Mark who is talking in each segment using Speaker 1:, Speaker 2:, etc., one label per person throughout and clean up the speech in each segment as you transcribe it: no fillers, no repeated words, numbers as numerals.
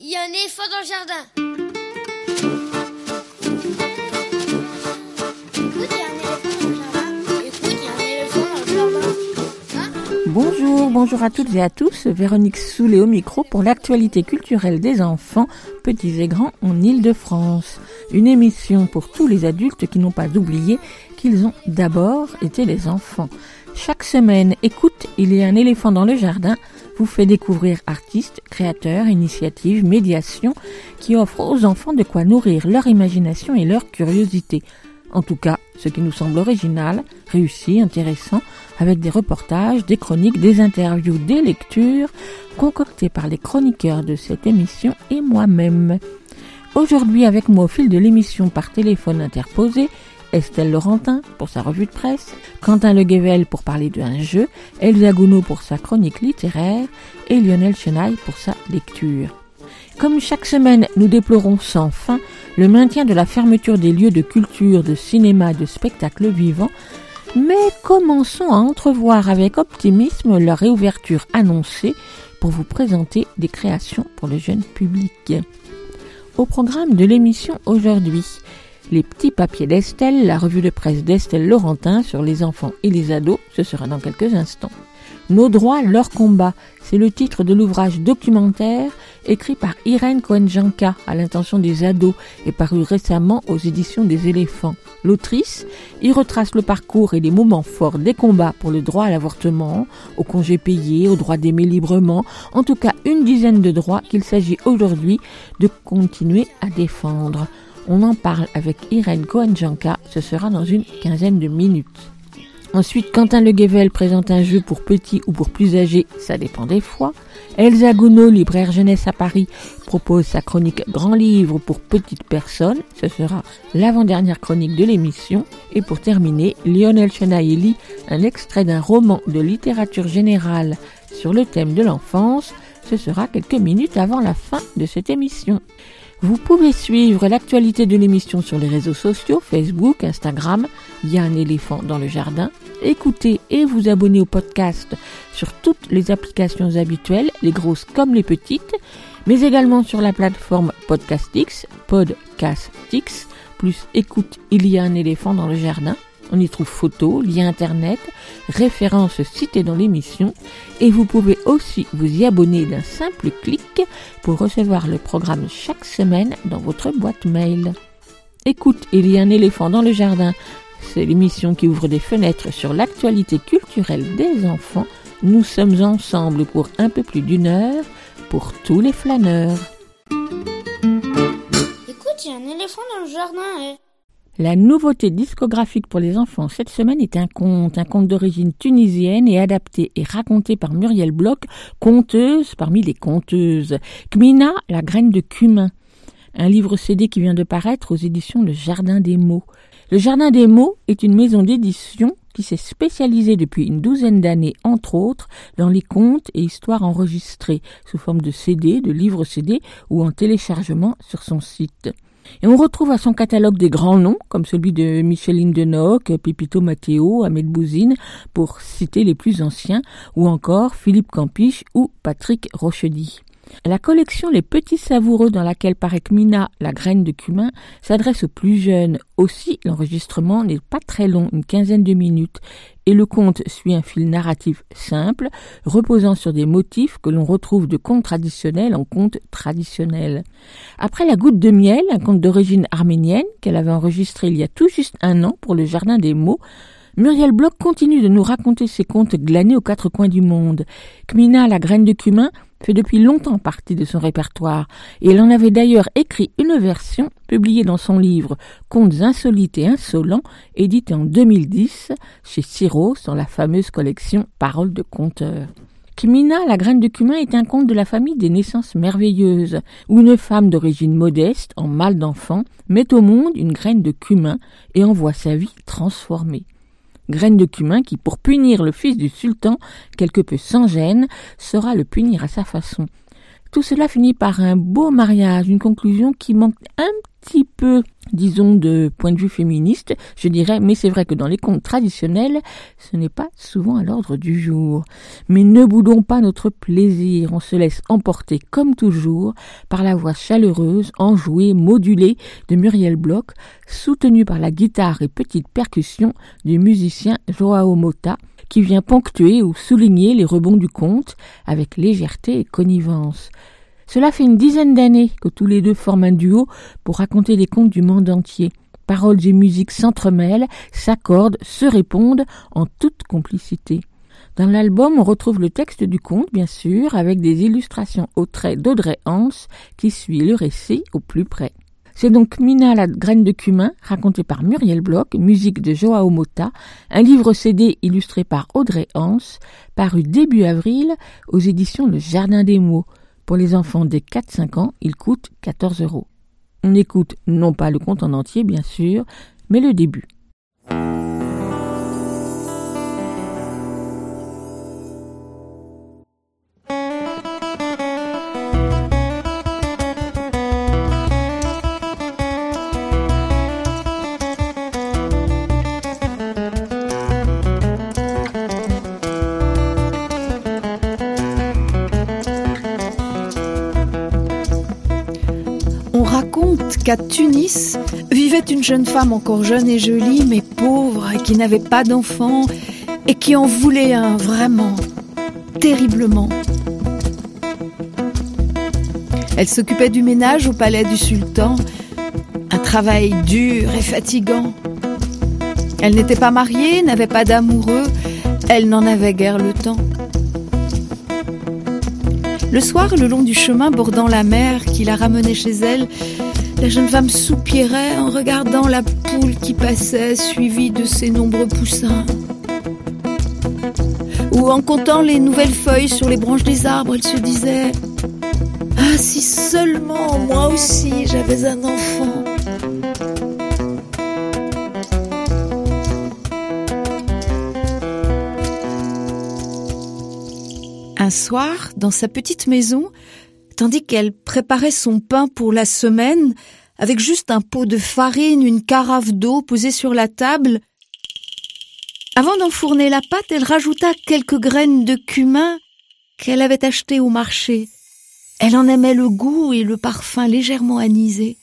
Speaker 1: Il y a un éléphant dans le jardin. Écoute, il y a un éléphant dans le jardin.
Speaker 2: Bonjour à toutes et à tous, Véronique Soulet au micro pour l'actualité culturelle des enfants, petits et grands en Île-de-France. Une émission pour tous les adultes qui n'ont pas oublié qu'ils ont d'abord été les enfants. Chaque semaine, écoute, il y a un éléphant dans le jardin, vous fait découvrir artistes, créateurs, initiatives, médiations qui offrent aux enfants de quoi nourrir leur imagination et leur curiosité. En tout cas, ce qui nous semble original, réussi, intéressant, avec des reportages, des chroniques, des interviews, des lectures, concoctées par les chroniqueurs de cette émission et moi-même. Aujourd'hui, avec moi au fil de l'émission par téléphone interposé, Estelle Laurentin pour sa revue de presse, Quentin Le Guével pour parler d'un jeu, Elsa Gounod pour sa chronique littéraire et Lionel Chenaille pour sa lecture. Comme chaque semaine, nous déplorons sans fin le maintien de la fermeture des lieux de culture, de cinéma et de spectacle vivant, mais commençons à entrevoir avec optimisme leur réouverture annoncée pour vous présenter des créations pour le jeune public. Au programme de l'émission aujourd'hui, les petits papiers d'Estelle, la revue de presse d'Estelle Laurentin sur les enfants et les ados, ce sera dans quelques instants. Nos droits, leur combat, c'est le titre de l'ouvrage documentaire écrit par Irène Cohen-Janka à l'intention des ados et paru récemment aux éditions des éléphants. L'autrice y retrace le parcours et les moments forts des combats pour le droit à l'avortement, au congé payé, au droit d'aimer librement, en tout cas une dizaine de droits qu'il s'agit aujourd'hui de continuer à défendre. On en parle avec Irène Cohen-Janka, ce sera dans une quinzaine de minutes. Ensuite, Quentin Le Guével présente un jeu pour petits ou pour plus âgés, ça dépend des fois. Elsa Gounod, libraire jeunesse à Paris, propose sa chronique Grand Livre pour petites personnes, ce sera l'avant-dernière chronique de l'émission. Et pour terminer, Lionel Chenaille lit un extrait d'un roman de littérature générale sur le thème de l'enfance, ce sera quelques minutes avant la fin de cette émission. Vous pouvez suivre l'actualité de l'émission sur les réseaux sociaux, Facebook, Instagram, il y a un éléphant dans le jardin. Écoutez et vous abonnez au podcast sur toutes les applications habituelles, les grosses comme les petites, mais également sur la plateforme Podcastix, plus écoute, il y a un éléphant dans le jardin. On y trouve photos, liens internet, références citées dans l'émission et vous pouvez aussi vous y abonner d'un simple clic pour recevoir le programme chaque semaine dans votre boîte mail. Écoute, il y a un éléphant dans le jardin. C'est l'émission qui ouvre des fenêtres sur l'actualité culturelle des enfants. Nous sommes ensemble pour un peu plus d'une heure pour tous les flâneurs.
Speaker 1: Écoute, il y a un éléphant dans le jardin.
Speaker 2: La nouveauté discographique pour les enfants cette semaine est un conte d'origine tunisienne et adapté et raconté par Muriel Bloch, conteuse parmi les conteuses. Kmina, la graine de cumin. Un livre CD qui vient de paraître aux éditions Le Jardin des mots. Le Jardin des mots est une maison d'édition qui s'est spécialisée depuis une douzaine d'années, entre autres, dans les contes et histoires enregistrés sous forme de CD, de livres CD ou en téléchargement sur son site. Et on retrouve à son catalogue des grands noms, comme celui de Micheline Denoc, Pépito Matteo, Ahmed Bouzine, pour citer les plus anciens, ou encore Philippe Campiche ou Patrick Rochedy. La collection Les Petits Savoureux dans laquelle paraît Kmina, la graine de cumin, s'adresse aux plus jeunes. Aussi, l'enregistrement n'est pas très long, une quinzaine de minutes, et le conte suit un fil narratif simple, reposant sur des motifs que l'on retrouve de contes traditionnels en contes traditionnels. Après La Goutte de miel, un conte d'origine arménienne qu'elle avait enregistré il y a tout juste un an pour le Jardin des mots, Muriel Bloch continue de nous raconter ses contes glanés aux quatre coins du monde. Kmina, la graine de cumin, fait depuis longtemps partie de son répertoire, et elle en avait d'ailleurs écrit une version publiée dans son livre Contes insolites et insolents, édité en 2010 chez Syros dans la fameuse collection Paroles de conteur. Kmina, la graine de cumin, est un conte de la famille des naissances merveilleuses, où une femme d'origine modeste, en mal d'enfant, met au monde une graine de cumin et en voit sa vie transformée. Graine de cumin qui, pour punir le fils du sultan, quelque peu sans gêne, saura le punir à sa façon. Tout cela finit par un beau mariage, une conclusion qui manque un petit peu disons de point de vue féministe, je dirais, mais c'est vrai que dans les contes traditionnels, ce n'est pas souvent à l'ordre du jour. Mais ne boudons pas notre plaisir, on se laisse emporter comme toujours par la voix chaleureuse, enjouée, modulée de Muriel Bloch, soutenue par la guitare et petite percussion du musicien Joao Mota, qui vient ponctuer ou souligner les rebonds du conte avec légèreté et connivence. Cela fait une dizaine d'années que tous les deux forment un duo pour raconter des contes du monde entier. Paroles et musique s'entremêlent, s'accordent, se répondent en toute complicité. Dans l'album, on retrouve le texte du conte, bien sûr, avec des illustrations au trait d'Audrey Hans qui suit le récit au plus près. C'est donc Mina la graine de cumin, racontée par Muriel Bloch, musique de Joao Mota, un livre CD illustré par Audrey Hans, paru début avril aux éditions Le Jardin des Mots. Pour les enfants dès 4-5 ans, il coûte 14 €. On écoute non pas le conte en entier, bien sûr, mais le début.
Speaker 3: On raconte qu'à Tunis vivait une jeune femme encore jeune et jolie, mais pauvre, et qui n'avait pas d'enfant, et qui en voulait un vraiment, terriblement. Elle s'occupait du ménage au palais du sultan, un travail dur et fatigant. Elle n'était pas mariée, n'avait pas d'amoureux, elle n'en avait guère le temps. Le soir, le long du chemin bordant la mer qui la ramenait chez elle, la jeune femme soupirait en regardant la poule qui passait, suivie de ses nombreux poussins. Ou en comptant les nouvelles feuilles sur les branches des arbres, elle se disait « Ah, si seulement moi aussi j'avais un enfant !» Un soir, dans sa petite maison, tandis qu'elle préparait son pain pour la semaine, avec juste un pot de farine, une carafe d'eau posée sur la table, avant d'enfourner la pâte, elle rajouta quelques graines de cumin qu'elle avait achetées au marché. Elle en aimait le goût et le parfum légèrement anisé.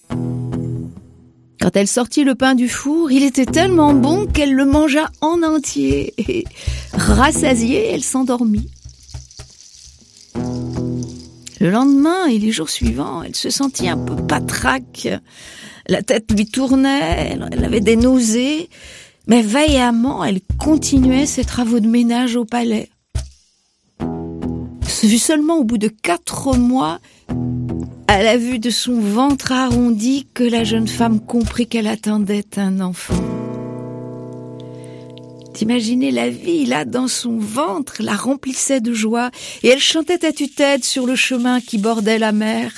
Speaker 3: Quand elle sortit le pain du four, il était tellement bon qu'elle le mangea en entier et, rassasiée, elle s'endormit. Le lendemain et les jours suivants, elle se sentit un peu patraque. La tête lui tournait, elle avait des nausées, mais vaillamment, elle continuait ses travaux de ménage au palais. Ce fut seulement au bout de 4 mois, à la vue de son ventre arrondi, que la jeune femme comprit qu'elle attendait un enfant. D'imaginer la vie là dans son ventre la remplissait de joie et elle chantait à tue-tête sur le chemin qui bordait la mer.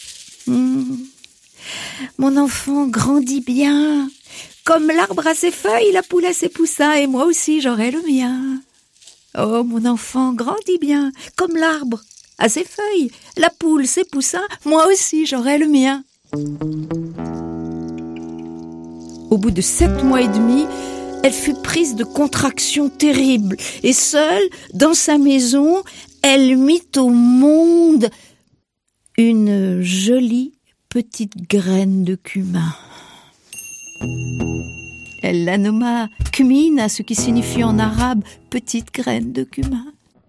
Speaker 3: Mon enfant grandit bien, comme l'arbre a ses feuilles, la poule a ses poussins et moi aussi j'aurai le mien. Oh, mon enfant grandit bien, comme l'arbre a ses feuilles, la poule ses poussins, moi aussi j'aurai le mien. Au bout de 7 mois et demi, elle fut prise de contractions terribles et seule, dans sa maison, elle mit au monde une jolie petite graine de cumin. Elle la nomma Cumina, ce qui signifie en arabe petite graine de cumin.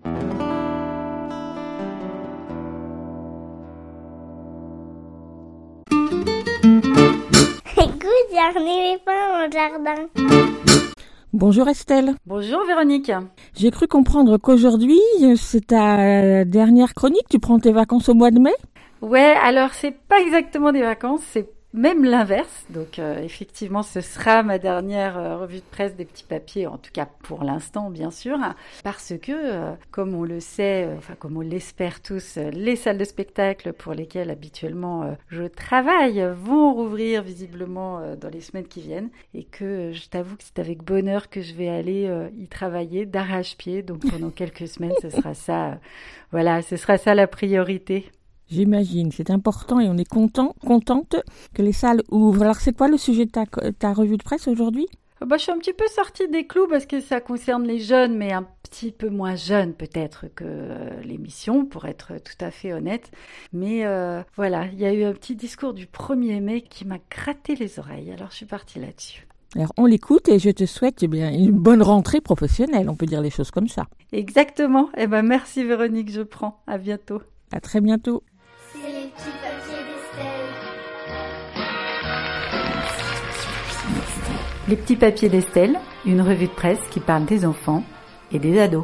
Speaker 1: Écoute, j'ai un éléphant au jardin.
Speaker 2: Bonjour Estelle.
Speaker 4: Bonjour Véronique.
Speaker 2: J'ai cru comprendre qu'aujourd'hui, c'est ta dernière chronique. Tu prends tes vacances au mois de mai ?
Speaker 4: Ouais, alors c'est pas exactement des vacances, c'est même l'inverse. Donc effectivement, ce sera ma dernière revue de presse des petits papiers, en tout cas pour l'instant bien sûr, parce que comme on le sait, comme on l'espère tous, les salles de spectacle pour lesquelles habituellement je travaille vont rouvrir visiblement dans les semaines qui viennent, et que je t'avoue que c'est avec bonheur que je vais aller y travailler d'arrache-pied. Donc pendant quelques semaines, ce sera ça, ce sera ça la priorité.
Speaker 2: J'imagine, c'est important et on est contente que les salles ouvrent. Alors c'est quoi le sujet de ta revue de presse aujourd'hui ?
Speaker 4: Je suis un petit peu sortie des clous parce que ça concerne les jeunes, mais un petit peu moins jeunes peut-être que l'émission, pour être tout à fait honnête. Mais voilà, il y a eu un petit discours du 1er mai qui m'a gratté les oreilles, alors je suis partie là-dessus.
Speaker 2: Alors on l'écoute et je te souhaite une bonne rentrée professionnelle, on peut dire les choses comme ça.
Speaker 4: Exactement, merci Véronique, je prends, à bientôt.
Speaker 2: À très bientôt.
Speaker 1: C'est les petits papiers d'Estelle.
Speaker 4: Les petits papiers d'Estelle, une revue de presse qui parle des enfants et des ados.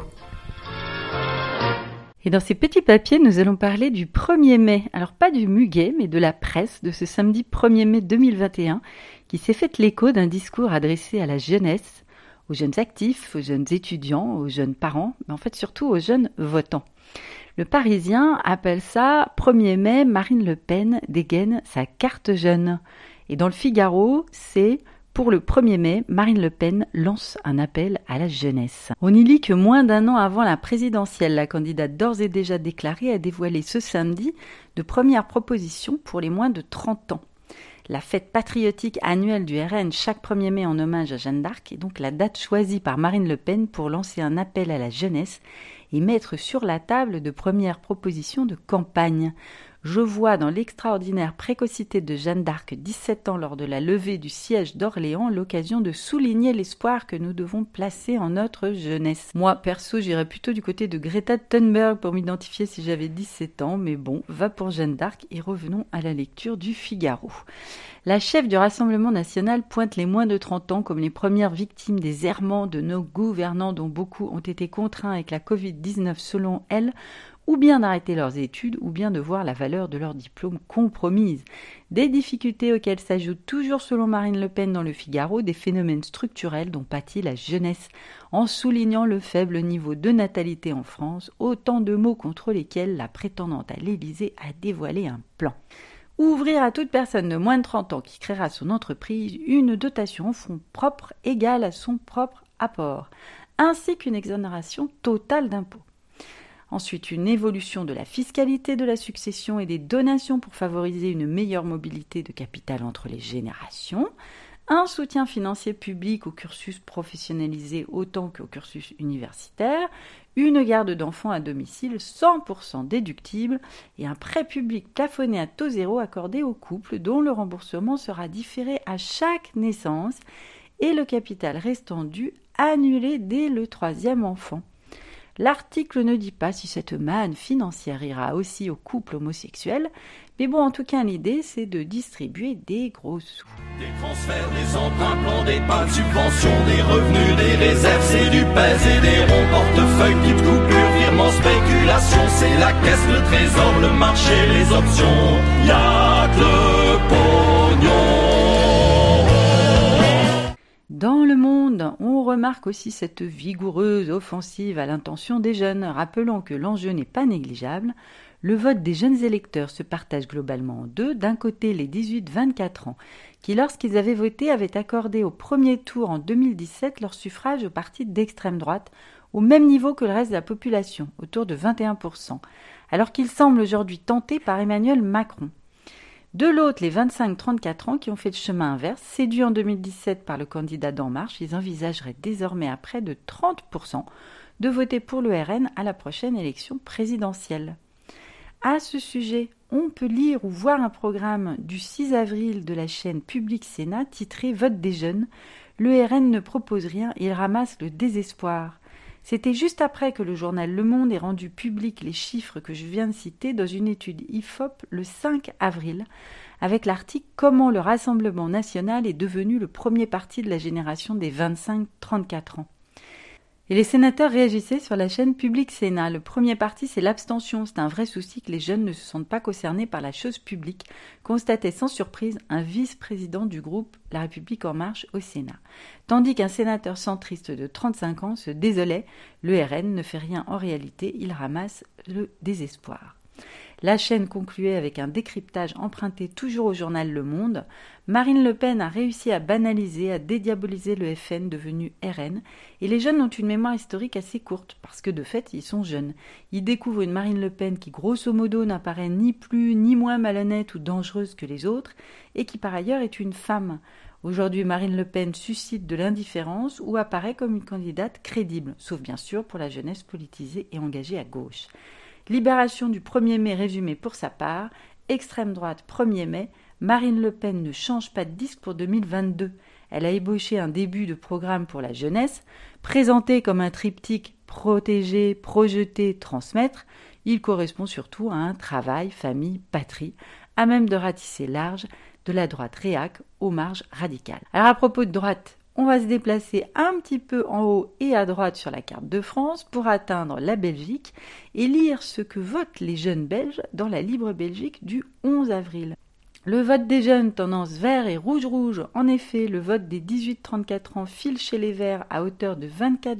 Speaker 4: Et dans ces petits papiers, nous allons parler du 1er mai. Alors pas du muguet, mais de la presse de ce samedi 1er mai 2021, qui s'est fait l'écho d'un discours adressé à la jeunesse, aux jeunes actifs, aux jeunes étudiants, aux jeunes parents, mais en fait surtout aux jeunes votants. Le Parisien appelle ça 1er mai, Marine Le Pen dégaine sa carte jeune. Et dans le Figaro, c'est pour le 1er mai, Marine Le Pen lance un appel à la jeunesse. On y lit que moins d'un an avant la présidentielle, la candidate d'ores et déjà déclarée a dévoilé ce samedi de premières propositions pour les moins de 30 ans. La fête patriotique annuelle du RN chaque 1er mai en hommage à Jeanne d'Arc est donc la date choisie par Marine Le Pen pour lancer un appel à la jeunesse et mettre sur la table de premières propositions de campagne. Je vois dans l'extraordinaire précocité de Jeanne d'Arc, 17 ans lors de la levée du siège d'Orléans, l'occasion de souligner l'espoir que nous devons placer en notre jeunesse. Moi, perso, j'irais plutôt du côté de Greta Thunberg pour m'identifier si j'avais 17 ans, mais bon, va pour Jeanne d'Arc et revenons à la lecture du Figaro. La chef du Rassemblement national pointe les moins de 30 ans comme les premières victimes des errements de nos gouvernants dont beaucoup ont été contraints avec la Covid-19 selon elle, ou bien d'arrêter leurs études, ou bien de voir la valeur de leur diplôme compromise. Des difficultés auxquelles s'ajoutent toujours selon Marine Le Pen dans le Figaro des phénomènes structurels dont pâtit la jeunesse, en soulignant le faible niveau de natalité en France, autant de mots contre lesquels la prétendante à l'Élysée a dévoilé un plan. Ouvrir à toute personne de moins de 30 ans qui créera son entreprise une dotation en fonds propres égale à son propre apport, ainsi qu'une exonération totale d'impôts. Ensuite, une évolution de la fiscalité de la succession et des donations pour favoriser une meilleure mobilité de capital entre les générations. Un soutien financier public au cursus professionnalisé autant qu'au cursus universitaire. Une garde d'enfants à domicile 100% déductible et un prêt public plafonné à taux zéro accordé aux couples dont le remboursement sera différé à chaque naissance et le capital restant dû annulé dès le 3e enfant. L'article ne dit pas si cette manne financière ira aussi aux couples homosexuels, mais bon, en tout cas, l'idée, c'est de distribuer des gros sous.
Speaker 5: Des transferts, des emprunts, plans d'épargne, subventions, des revenus, des réserves, c'est du pèse et des ronds, portefeuille, petites coupures, virements, spéculation, c'est la caisse, le trésor, le marché, les options, y'a que le pognon.
Speaker 4: Dans le monde, on remarque aussi cette vigoureuse offensive à l'intention des jeunes, rappelant que l'enjeu n'est pas négligeable. Le vote des jeunes électeurs se partage globalement en deux. D'un côté, les 18-24 ans, qui lorsqu'ils avaient voté avaient accordé au premier tour en 2017 leur suffrage au parti d'extrême droite, au même niveau que le reste de la population, autour de 21%, alors qu'ils semblent aujourd'hui tentés par Emmanuel Macron. De l'autre, les 25-34 ans qui ont fait le chemin inverse, séduits en 2017 par le candidat d'En Marche, ils envisageraient désormais à près de 30% de voter pour le RN à la prochaine élection présidentielle. À ce sujet, on peut lire ou voir un programme du 6 avril de la chaîne Public Sénat titré « Vote des jeunes ». Le RN ne propose rien, il ramasse le désespoir. C'était juste après que le journal Le Monde ait rendu public les chiffres que je viens de citer dans une étude IFOP le 5 avril, avec l'article « Comment le Rassemblement national est devenu le premier parti de la génération des 25-34 ans ». Et les sénateurs réagissaient sur la chaîne Public Sénat. Le premier parti, c'est l'abstention. C'est un vrai souci que les jeunes ne se sentent pas concernés par la chose publique, constatait sans surprise un vice-président du groupe La République En Marche au Sénat. Tandis qu'un sénateur centriste de 35 ans se désolait, le RN ne fait rien en réalité, il ramasse le désespoir. La chaîne concluait avec un décryptage emprunté toujours au journal Le Monde. Marine Le Pen a réussi à banaliser, à dédiaboliser le FN devenu RN, et les jeunes ont une mémoire historique assez courte, parce que de fait, ils sont jeunes. Ils découvrent une Marine Le Pen qui, grosso modo, n'apparaît ni plus ni moins malhonnête ou dangereuse que les autres, et qui par ailleurs est une femme. Aujourd'hui, Marine Le Pen suscite de l'indifférence ou apparaît comme une candidate crédible, sauf bien sûr pour la jeunesse politisée et engagée à gauche. Libération du 1er mai résumé pour sa part, extrême droite 1er mai, Marine Le Pen ne change pas de disque pour 2022. Elle a ébauché un début de programme pour la jeunesse, présenté comme un triptyque protéger, projeter, transmettre. Il correspond surtout à un travail, famille, patrie, à même de ratisser large, de la droite réac aux marges radicales. Alors à propos de droite, on va se déplacer un petit peu en haut et à droite sur la carte de France pour atteindre la Belgique et lire ce que votent les jeunes Belges dans la Libre Belgique du 11 avril. Le vote des jeunes tendance vert et rouge-rouge. En effet, le vote des 18-34 ans file chez les Verts à hauteur de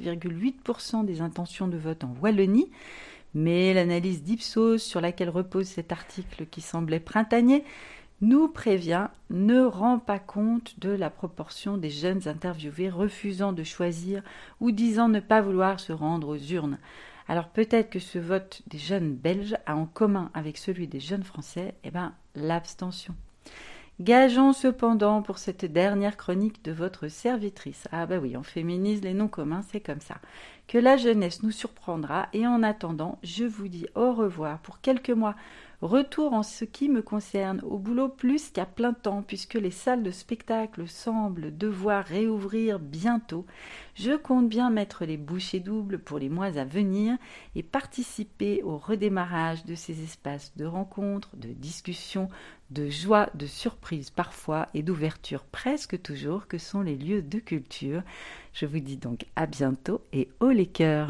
Speaker 4: 24,8% des intentions de vote en Wallonie. Mais l'analyse d'Ipsos sur laquelle repose cet article qui semblait printanier nous prévient, ne rend pas compte de la proportion des jeunes interviewés refusant de choisir ou disant ne pas vouloir se rendre aux urnes. Alors peut-être que ce vote des jeunes Belges a en commun avec celui des jeunes Français, l'abstention. Gageons cependant pour cette dernière chronique de votre servitrice, ah bah oui, on féminise les noms communs, c'est comme ça, que la jeunesse nous surprendra et en attendant, je vous dis au revoir pour quelques mois. Retour en ce qui me concerne au boulot plus qu'à plein temps puisque les salles de spectacle semblent devoir réouvrir bientôt. Je compte bien mettre les bouchées doubles pour les mois à venir et participer au redémarrage de ces espaces de rencontres, de discussions, de joie, de surprise parfois et d'ouverture presque toujours que sont les lieux de culture. Je vous dis donc à bientôt et haut les cœurs.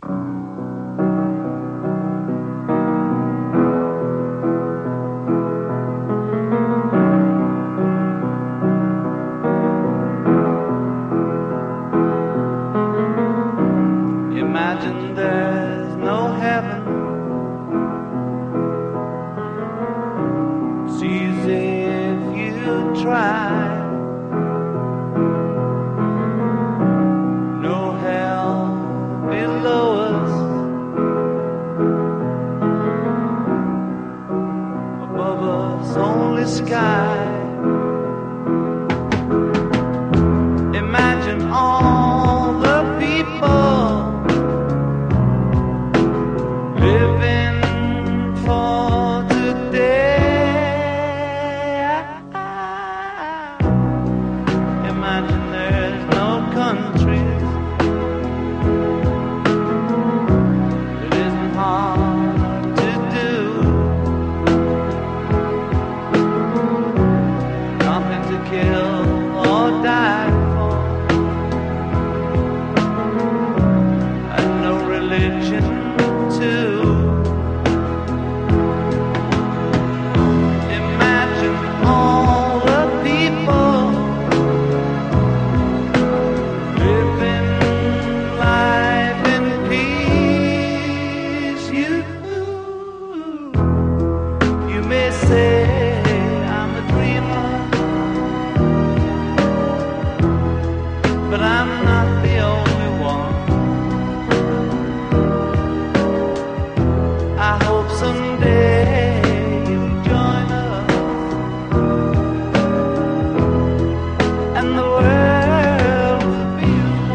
Speaker 6: Imagine there's no heaven. See as if you try. No hell below us. Above us only sky. Imagine all the people living for today. Imagine there's no countries. It isn't hard to do. Nothing to kill or die for. And no religion too. Imagine all the people living life in peace. You may say I'm a dreamer, but I'm not the only one. I hope someday you'll join us and the world will be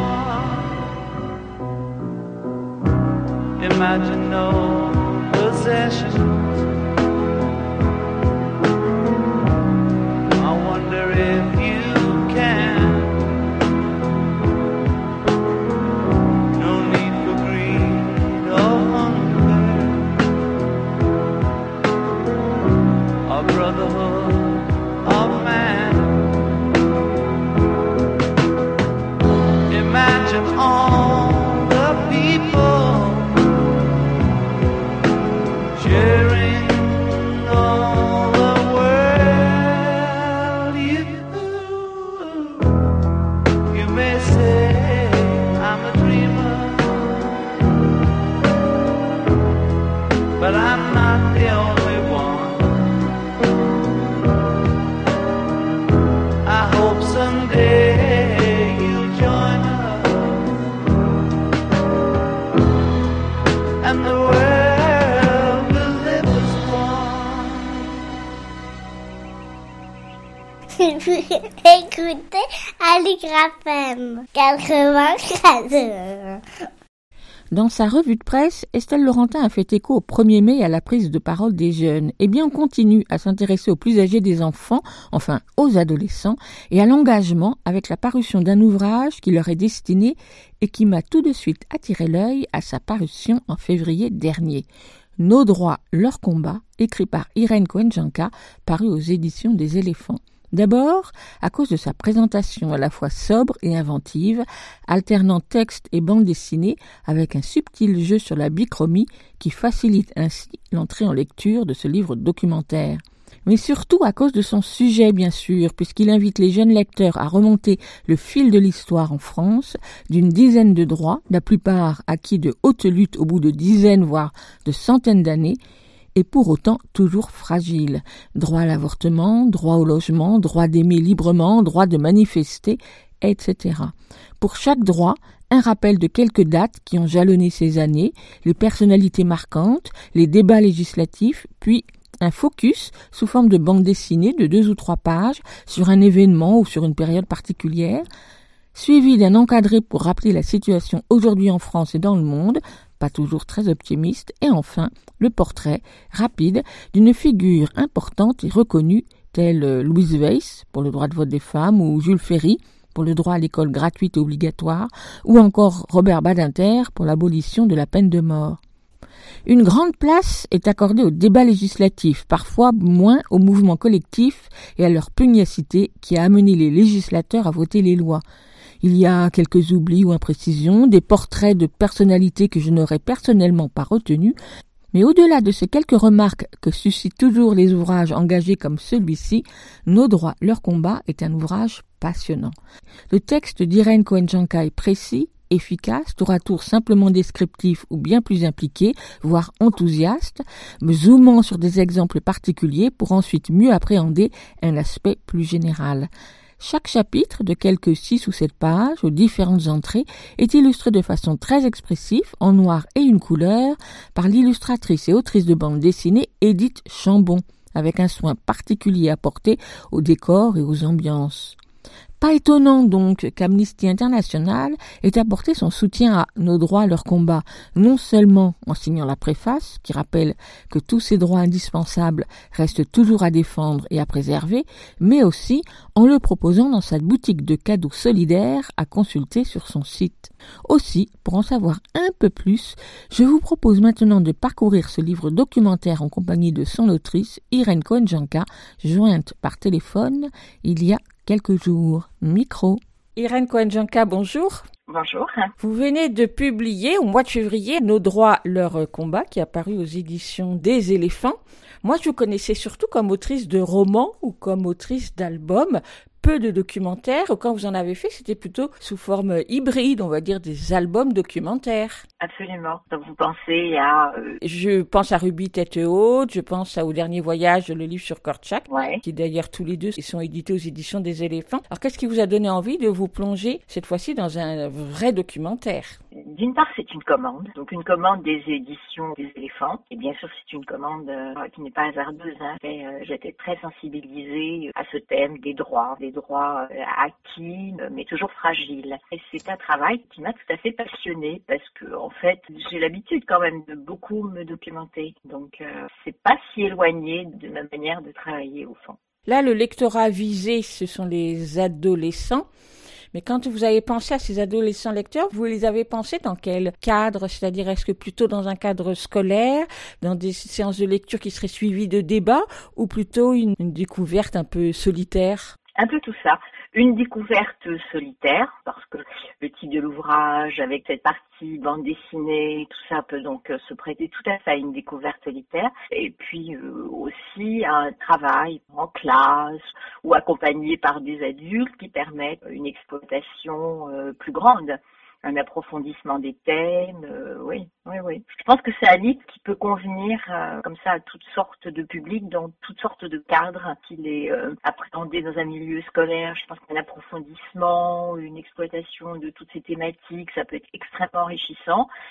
Speaker 6: one. Imagine no possessions. I wonder if you can. No need for greed or hunger. A brotherhood of man. Imagine all the people sharing all the world. You may say I'm a dreamer, but I'm not the only
Speaker 1: Écoutez Aligraphem 94.
Speaker 2: Dans sa revue de presse, Estelle Laurentin a fait écho au 1er mai et à la prise de parole des jeunes. Eh bien, on continue à s'intéresser aux plus âgés des enfants, enfin aux adolescents, et à l'engagement avec la parution d'un ouvrage qui leur est destiné et qui m'a tout de suite attiré l'œil à sa parution en février dernier. Nos droits, leur combat, écrit par Irène Cohen-Janca, paru aux éditions des Éléphants. D'abord, à cause de sa présentation à la fois sobre et inventive, alternant texte et bande dessinée avec un subtil jeu sur la bichromie qui facilite ainsi l'entrée en lecture de ce livre documentaire. Mais surtout à cause de son sujet, bien sûr, puisqu'il invite les jeunes lecteurs à remonter le fil de l'histoire en France d'une dizaine de droits, la plupart acquis de haute lutte au bout de dizaines, voire de centaines d'années, et pour autant toujours fragile. Droit à l'avortement, droit au logement, droit d'aimer librement, droit de manifester, etc. Pour chaque droit, un rappel de quelques dates qui ont jalonné ces années, les personnalités marquantes, les débats législatifs, puis un focus sous forme de bande dessinée de 2 ou 3 pages sur un événement ou sur une période particulière, suivi d'un encadré pour rappeler la situation aujourd'hui en France et dans le monde, pas toujours très optimiste, et enfin le portrait rapide d'une figure importante et reconnue telle Louise Weiss pour le droit de vote des femmes ou Jules Ferry pour le droit à l'école gratuite et obligatoire ou encore Robert Badinter pour l'abolition de la peine de mort. Une grande place est accordée au débat législatif, parfois moins au mouvement collectif et à leur pugnacité qui a amené les législateurs à voter les lois. Il y a quelques oublis ou imprécisions, des portraits de personnalités que je n'aurais personnellement pas retenus, mais au-delà de ces quelques remarques que suscitent toujours les ouvrages engagés comme celui-ci, Nos droits, leur combat est un ouvrage passionnant. Le texte d'Irène Cohen-Janca est précis, efficace, tour à tour simplement descriptif ou bien plus impliqué, voire enthousiaste, zoomant sur des exemples particuliers pour ensuite mieux appréhender un aspect plus général. Chaque chapitre, de quelques 6 ou 7 pages, aux différentes entrées, est illustré de façon très expressive, en noir et une couleur, par l'illustratrice et autrice de bande dessinée Édith Chambon, avec un soin particulier apporté aux décors et aux ambiances. Pas étonnant donc qu'Amnesty International ait apporté son soutien à Nos droits, leur combat, non seulement en signant la préface, qui rappelle que tous ces droits indispensables restent toujours à défendre et à préserver, mais aussi en le proposant dans sa boutique de cadeaux solidaires à consulter sur son site. Aussi, pour en savoir un peu plus, je vous propose maintenant de parcourir ce livre documentaire en compagnie de son autrice, Irène Cohen-Janca, jointe par téléphone il y a quelques jours. Micro. Irène Cohen-Janca, bonjour.
Speaker 7: Bonjour.
Speaker 2: Vous venez de publier au mois de février Nos droits, leur combat, qui est apparu aux éditions des Éléphants. Moi, je vous connaissais surtout comme autrice de romans ou comme autrice d'albums. Peu de documentaires. Quand vous en avez fait, c'était plutôt sous forme hybride, on va dire des albums documentaires.
Speaker 7: Absolument. Donc vous pensez à...
Speaker 2: Je pense à Ruby Tête Haute, je pense à Au Dernier Voyage, le livre sur Kortchak,
Speaker 7: ouais,
Speaker 2: qui d'ailleurs tous les deux sont édités aux éditions des Éléphants. Alors qu'est-ce qui vous a donné envie de vous plonger cette fois-ci dans un vrai documentaire ?
Speaker 7: D'une part, c'est une commande, donc une commande des éditions des Éléphants. Et bien sûr, c'est une commande qui n'est pas hasardeuse. J'étais très sensibilisée à ce thème des droits acquis, mais toujours fragiles. Et c'est un travail qui m'a tout à fait passionnée parce que, en fait, j'ai l'habitude quand même de beaucoup me documenter. Donc, c'est pas si éloigné de ma manière de travailler au fond.
Speaker 2: Là, le lectorat visé, ce sont les adolescents. Mais quand vous avez pensé à ces adolescents lecteurs, vous les avez pensés dans quel cadre ? C'est-à-dire, est-ce que plutôt dans un cadre scolaire, dans des séances de lecture qui seraient suivies de débats, ou plutôt une découverte un peu solitaire ?
Speaker 7: Un peu tout ça. Une découverte solitaire, parce que le titre de l'ouvrage, avec cette partie bande dessinée, tout ça peut donc se prêter tout à fait à une découverte solitaire. Et puis aussi un travail en classe ou accompagné par des adultes qui permettent une exploitation plus grande. Un approfondissement des thèmes, oui. Je pense que c'est un livre qui peut convenir comme ça à toutes sortes de publics, dans toutes sortes de cadres, qu'il est appréhendé dans un milieu scolaire. Je pense qu'un approfondissement, une exploitation de toutes ces thématiques, ça peut être extrêmement enrichissant.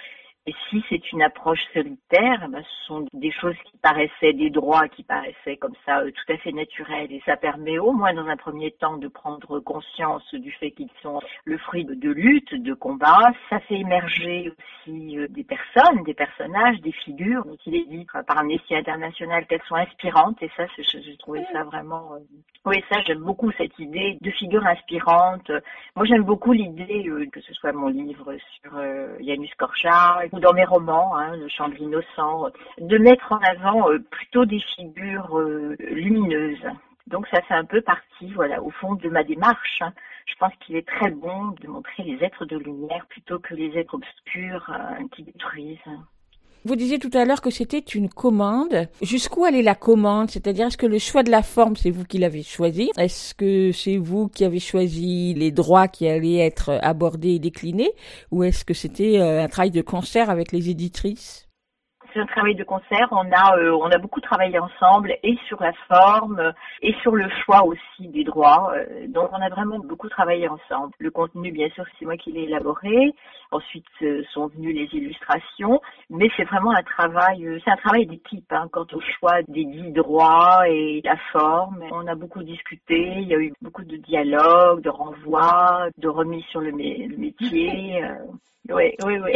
Speaker 7: Et si c'est une approche solitaire, ce sont des choses qui paraissaient, des droits qui paraissaient comme ça tout à fait naturels. Et ça permet au moins dans un premier temps de prendre conscience du fait qu'ils sont le fruit de luttes, de combats. Ça fait émerger aussi des personnes, des personnages, des figures. Donc il est dit par Amnesty International qu'elles sont inspirantes. Et ça, j'ai trouvé ça vraiment... Oui, ça, j'aime beaucoup cette idée de figures inspirantes. Moi, j'aime beaucoup l'idée, que ce soit mon livre sur Janusz Korczak, ou dans mes romans, Le Chant de l'innocent, de mettre en avant plutôt des figures lumineuses. Donc ça fait un peu partie, au fond de ma démarche. Je pense qu'il est très bon de montrer les êtres de lumière plutôt que les êtres obscurs qui détruisent.
Speaker 2: Vous disiez tout à l'heure que c'était une commande. Jusqu'où allait la commande? C'est-à-dire, est-ce que le choix de la forme, c'est vous qui l'avez choisi? Est-ce que c'est vous qui avez choisi les droits qui allaient être abordés et déclinés? Ou est-ce que c'était un travail de concert avec les éditrices?
Speaker 7: C'est un travail de concert. On a beaucoup travaillé ensemble et sur la forme et sur le choix aussi des droits. Donc on a vraiment beaucoup travaillé ensemble. Le contenu, bien sûr, c'est moi qui l'ai élaboré. Ensuite sont venues les illustrations, mais c'est vraiment un travail d'équipe quant au choix des 10 droits et la forme. On a beaucoup discuté. Il y a eu beaucoup de dialogues, de renvois, de remises sur le métier. Oui.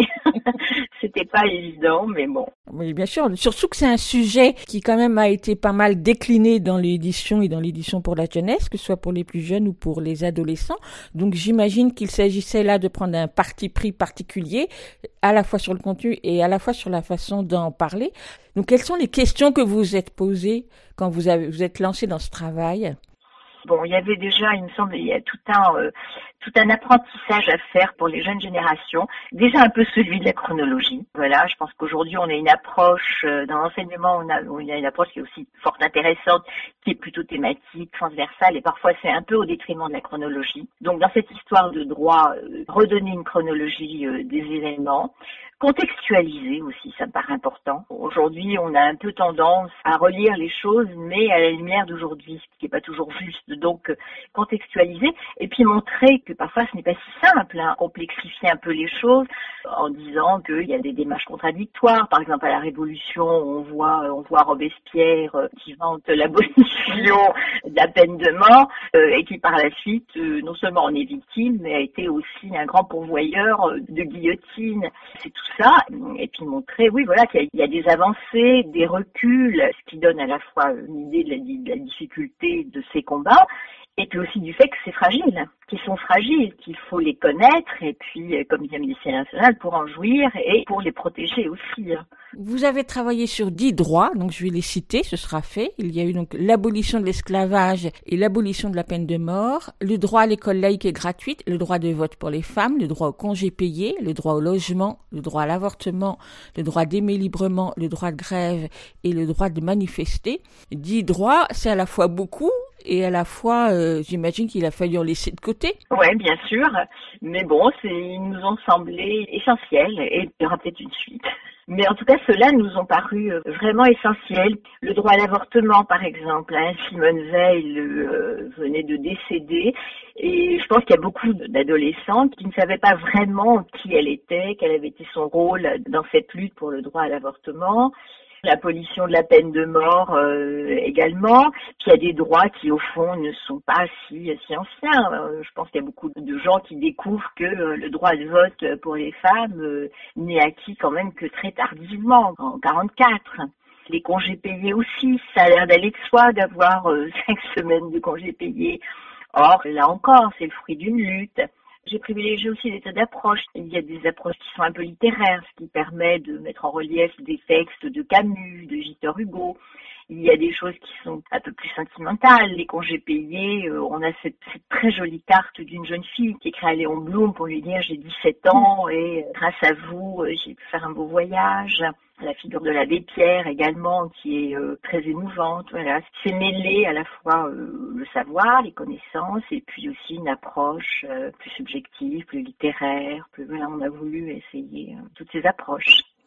Speaker 7: C'était pas évident, mais bon.
Speaker 2: Oui, bien sûr. Surtout que c'est un sujet qui quand même a été pas mal décliné dans l'édition et dans l'édition pour la jeunesse, que ce soit pour les plus jeunes ou pour les adolescents. Donc j'imagine qu'il s'agissait là de prendre un parti pris particulier, à la fois sur le contenu et à la fois sur la façon d'en parler. Donc quelles sont les questions que vous vous êtes posées quand vous êtes lancé dans ce travail?
Speaker 7: Bon, il y avait déjà, il me semble, il y a tout un apprentissage à faire pour les jeunes générations. Déjà un peu celui de la chronologie. Voilà, je pense qu'aujourd'hui on a une approche dans l'enseignement, on a une approche qui est aussi fort intéressante, qui est plutôt thématique, transversale, et parfois c'est un peu au détriment de la chronologie. Donc dans cette histoire de droit, redonner une chronologie des événements. Contextualiser aussi, ça me paraît important. Aujourd'hui, on a un peu tendance à relire les choses, mais à la lumière d'aujourd'hui, ce qui n'est pas toujours juste. Donc, contextualiser et puis montrer que parfois ce n'est pas si simple, complexifier un peu les choses en disant qu'il y a des démarches contradictoires. Par exemple, à la Révolution, on voit Robespierre qui vante l'abolition de la peine de mort et qui par la suite, non seulement en est victime, mais a été aussi un grand pourvoyeur de guillotine. C'est tout ça, et puis montrer, qu'il y a des avancées, des reculs, ce qui donne à la fois une idée de la difficulté de ces combats, et puis aussi du fait que c'est fragile, qu'ils sont fragiles, qu'il faut les connaître, et puis, comme dit Amnesty International, pour en jouir et pour les protéger aussi.
Speaker 2: Vous avez travaillé sur 10 droits, donc je vais les citer, ce sera fait. Il y a eu donc l'abolition de l'esclavage et l'abolition de la peine de mort, le droit à l'école laïque et gratuite, le droit de vote pour les femmes, le droit au congé payé, le droit au logement, le droit à l'avortement, le droit d'aimer librement, le droit de grève et le droit de manifester. 10 droits, c'est à la fois beaucoup et à la fois, j'imagine qu'il a fallu en laisser de côté.
Speaker 7: Oui, bien sûr, mais bon, ils nous ont semblé essentiels et il y aura peut-être une suite. Mais en tout cas, ceux-là nous ont paru vraiment essentiels. Le droit à l'avortement, par exemple, Simone Veil venait de décéder et je pense qu'il y a beaucoup d'adolescents qui ne savaient pas vraiment qui elle était, quel avait été son rôle dans cette lutte pour le droit à l'avortement. L'abolition de la peine de mort également. Puis il y a des droits qui au fond ne sont pas si anciens. Je pense qu'il y a beaucoup de gens qui découvrent que le droit de vote pour les femmes n'est acquis quand même que très tardivement, en 1944. Les congés payés aussi, ça a l'air d'aller de soi d'avoir 5 semaines de congés payés. Or, là encore, c'est le fruit d'une lutte. J'ai privilégié aussi des tas d'approches. Il y a des approches qui sont un peu littéraires, ce qui permet de mettre en relief des textes de Camus, de Victor Hugo. Il y a des choses qui sont un peu plus sentimentales. Les congés payés, on a cette très jolie carte d'une jeune fille qui écrit à Léon Blum pour lui dire « J'ai 17 ans et grâce à vous, j'ai pu faire un beau voyage ». La figure de l'abbé Pierre également, qui est très émouvante. Voilà, c'est mêlé à la fois le savoir, les connaissances, et puis aussi une approche plus subjective, plus littéraire. On a voulu essayer toutes ces approches.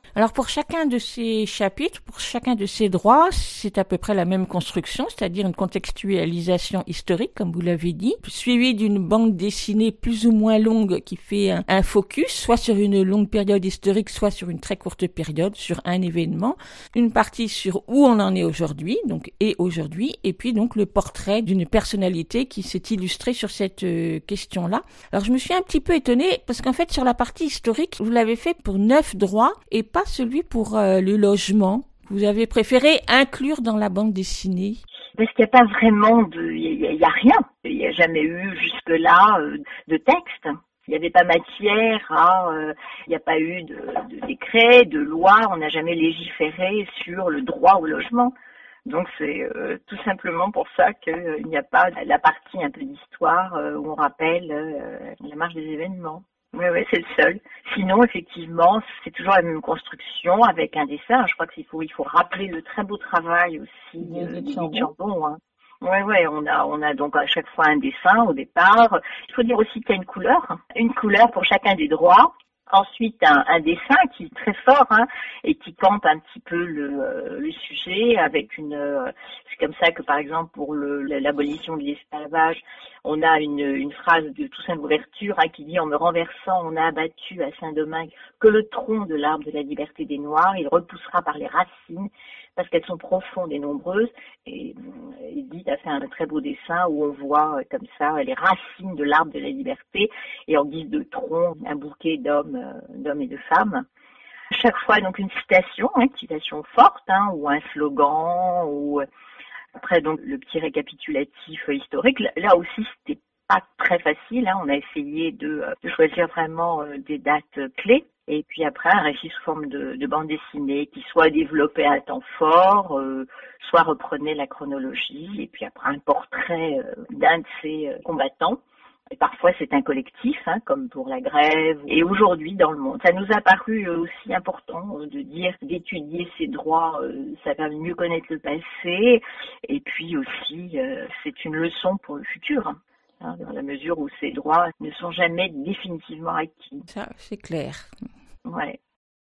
Speaker 2: Alors pour chacun de ces chapitres, pour chacun de ces droits, c'est à peu près la même construction, c'est-à-dire une contextualisation historique, comme vous l'avez dit, suivie d'une bande dessinée plus ou moins longue qui fait un focus, soit sur une longue période historique, soit sur une très courte période, sur un événement, une partie sur où on en est aujourd'hui, donc et aujourd'hui, et puis donc le portrait d'une personnalité qui s'est illustrée sur cette question-là. Alors je me suis un petit peu étonnée, parce qu'en fait sur la partie historique, vous l'avez fait pour 9 droits, et pas celui pour le logement. Vous avez préféré inclure dans la bande dessinée?
Speaker 7: Parce qu'il n'y a pas vraiment il y a rien. Il n'y a jamais eu jusque-là de texte. Il n'y avait pas matière il n'y a pas eu de décret, de loi. On n'a jamais légiféré sur le droit au logement. Donc c'est tout simplement pour ça qu'il n'y a pas la partie un peu d'histoire où on rappelle la marche des événements. Oui, c'est le seul. Sinon, effectivement, c'est toujours la même construction avec un dessin. Je crois qu'il faut rappeler le très beau travail aussi d'Edith Chambon. Hein. Ouais, on a donc à chaque fois un dessin au départ. Il faut dire aussi qu'il y a une couleur pour chacun des droits. Ensuite, un dessin qui est très fort et qui campe un petit peu le sujet avec c'est comme ça que, par exemple, pour l'abolition de l'esclavage, on a une phrase de Toussaint Louverture qui dit « En me renversant, on a abattu à Saint-Domingue que le tronc de l'arbre de la liberté des Noirs. Il repoussera par les racines parce qu'elles sont profondes et nombreuses. » Et Edith a fait un très beau dessin où on voit comme ça les racines de l'arbre de la liberté et en guise de tronc, un bouquet d'hommes et de femmes. À chaque fois, donc, une citation forte ou un slogan ou... Après, donc, le petit récapitulatif historique, là aussi, c'était pas très facile. On a essayé de choisir vraiment des dates clés. Et puis après, un récit sous forme de bande dessinée qui soit développait à temps fort, soit reprenait la chronologie. Et puis après, un portrait d'un de ces combattants. Et parfois, c'est un collectif, comme pour la grève. Et aujourd'hui, dans le monde, ça nous a paru aussi important d'étudier ces droits. Ça permet de mieux connaître le passé. Et puis aussi, c'est une leçon pour le futur, dans la mesure où ces droits ne sont jamais définitivement acquis.
Speaker 2: Ça, c'est clair.
Speaker 7: Ouais.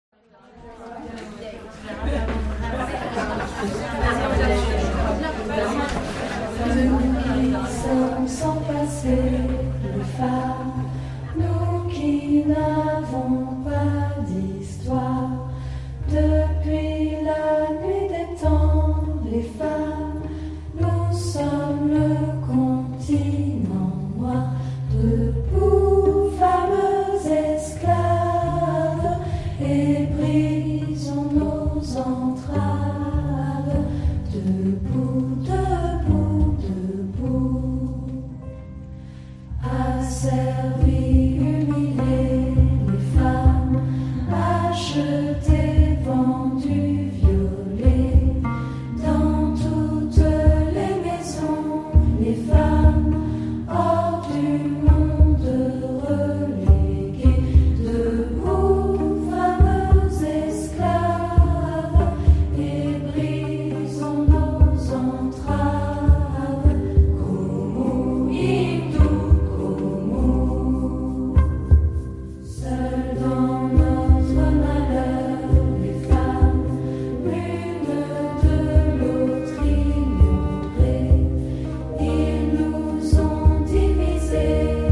Speaker 8: Sans passer le phare, nous qui n'avons pas d'histoire, depuis la nuit des temps, les femmes, nous sommes le continent noir, debout, fameux esclaves, et brisons nos entraves, debout, debout, debout. Asservis, humiliés, les femmes, achetées, vendues, violées, dans toutes les maisons, les femmes, hors du monde reléguées, debout, fameux esclaves, et brisons nos entraves. Seules dans notre malheur, les femmes, l'une de l'autre ignorées, ils nous ont divisés.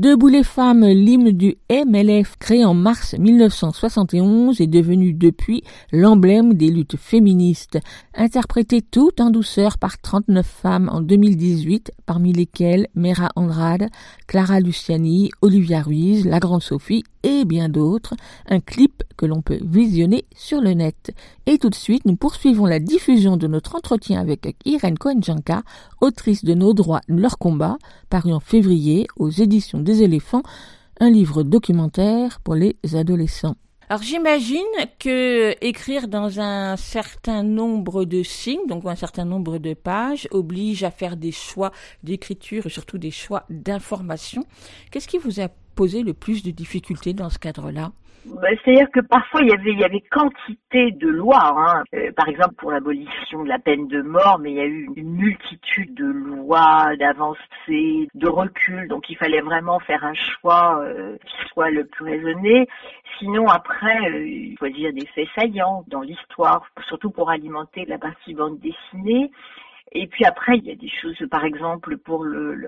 Speaker 2: Debout les femmes, l'hymne du MLF créé en mars 1971 est devenu depuis l'emblème des luttes féministes, interprété tout en douceur par 39 femmes en 2018, parmi lesquelles Mera Andrade, Clara Luciani, Olivia Ruiz, La Grande Sophie et bien d'autres, un clip que l'on peut visionner sur le net. Et tout de suite, nous poursuivons la diffusion de notre entretien avec Irène Cohen-Janka, autrice de Nos droits, leur combat, paru en février aux éditions des Éléphants, un livre documentaire pour les adolescents. Alors j'imagine que écrire dans un certain nombre de signes, donc un certain nombre de pages, oblige à faire des choix d'écriture et surtout des choix d'information. Qu'est-ce qui vous a posé le plus de difficultés dans ce cadre-là ?
Speaker 7: C'est-à-dire que parfois il y avait quantité de lois, par exemple pour l'abolition de la peine de mort, mais il y a eu une multitude de lois, d'avancées, de recul, donc il fallait vraiment faire un choix qui soit le plus raisonné. Sinon après, choisir des faits saillants dans l'histoire, surtout pour alimenter la partie bande dessinée. Et puis après, il y a des choses, par exemple, pour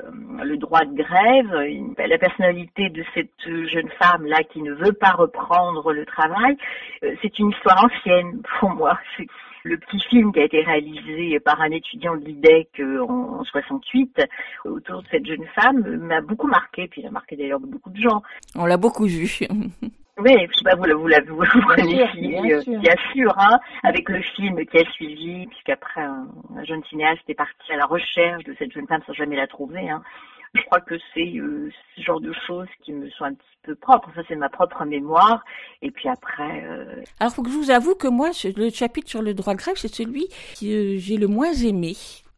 Speaker 7: le droit de grève, la personnalité de cette jeune femme-là qui ne veut pas reprendre le travail, c'est une histoire ancienne pour moi. C'est le petit film qui a été réalisé par un étudiant de l'IDEC en 68 autour de cette jeune femme m'a beaucoup marqué, puis il a marqué d'ailleurs beaucoup de gens.
Speaker 2: On l'a beaucoup vu.
Speaker 7: Oui, je sais pas, vous connaissez, bien sûr, avec le film qui a suivi, puisqu'après un jeune cinéaste est parti à la recherche de cette jeune femme sans jamais la trouver. Je crois que c'est ce genre de choses qui me sont un petit peu propres. Ça, c'est ma propre mémoire. Et puis après...
Speaker 2: Alors, faut que je vous avoue que moi, le chapitre sur le droit de grève, c'est celui que j'ai le moins aimé.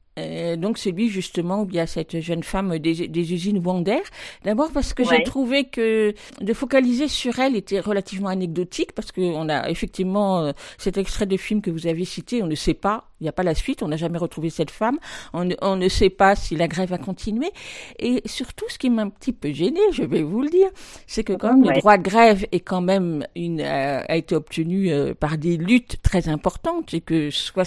Speaker 2: Donc celui justement où il y a cette jeune femme des usines Wander. D'abord parce que j'ai trouvé que de focaliser sur elle était relativement anecdotique, parce que on a effectivement cet extrait de film que vous avez cité, on ne sait pas, il n'y a pas la suite, on n'a jamais retrouvé cette femme, on ne sait pas si la grève a continué. Et surtout, ce qui m'a un petit peu gênée, je vais vous le dire, c'est que quand même le droit de grève est quand même a été obtenu par des luttes très importantes, et que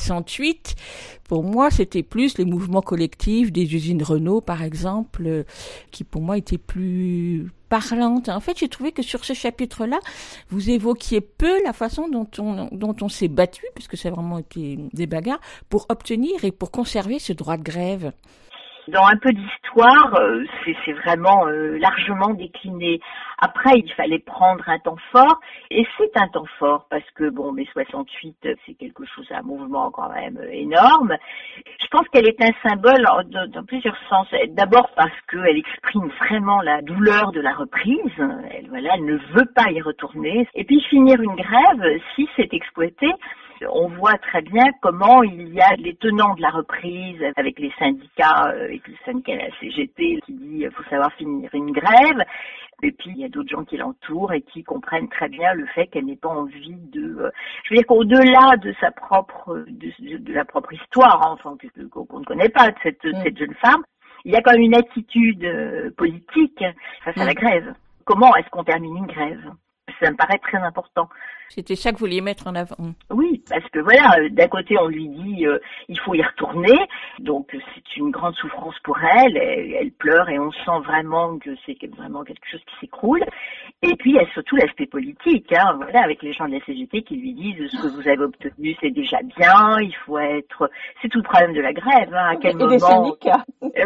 Speaker 2: 68, pour moi, c'était plus les mouvements collectifs des usines Renault, par exemple, qui pour moi étaient plus parlantes. En fait, j'ai trouvé que sur ce chapitre-là, vous évoquiez peu la façon dont on s'est battu, puisque ça a vraiment été des bagarres, pour obtenir et pour conserver ce droit de grève.
Speaker 7: Dans un peu d'histoire, c'est vraiment largement décliné. Après, il fallait prendre un temps fort, et c'est un temps fort, parce que, mai 68, c'est quelque chose, un mouvement quand même énorme. Je pense qu'elle est un symbole dans plusieurs sens. D'abord parce qu'elle exprime vraiment la douleur de la reprise. Elle ne veut pas y retourner. Et puis finir une grève, si c'est exploité, on voit très bien comment il y a les tenants de la reprise avec les syndicats, avec le syndicat de la CGT qui dit qu'il faut savoir finir une grève. Et puis il y a d'autres gens qui l'entourent et qui comprennent très bien le fait qu'elle n'ait pas envie de... je veux dire qu'au-delà de sa propre de la propre histoire, qu'on ne connaît pas de cette jeune femme, il y a quand même une attitude politique face à la grève. Comment est-ce qu'on termine une grève ? Ça me paraît très important.
Speaker 2: C'était ça que vous vouliez mettre en avant.
Speaker 7: Oui, parce que d'un côté on lui dit il faut y retourner, donc c'est une grande souffrance pour elle, elle pleure et on sent vraiment que c'est vraiment quelque chose qui s'écroule. Et puis il y a surtout l'aspect politique, avec les gens de la CGT qui lui disent ce que vous avez obtenu c'est déjà bien, il faut être... C'est tout le problème de la grève, à quel moment...
Speaker 2: Des syndicats.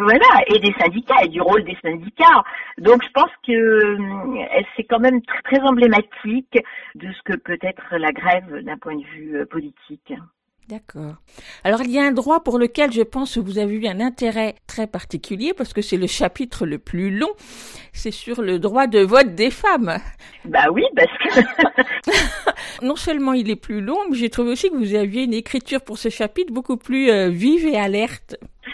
Speaker 7: Et des syndicats, et du rôle des syndicats. Donc je pense que c'est quand même très emblématique de ce que peut être la grève d'un point de vue politique.
Speaker 2: D'accord. Alors, il y a un droit pour lequel je pense que vous avez eu un intérêt très particulier, parce que c'est le chapitre le plus long. C'est sur le droit de vote des femmes.
Speaker 7: Bah oui, parce que...
Speaker 2: Non seulement il est plus long, mais j'ai trouvé aussi que vous aviez une écriture pour ce chapitre beaucoup plus vive et alerte.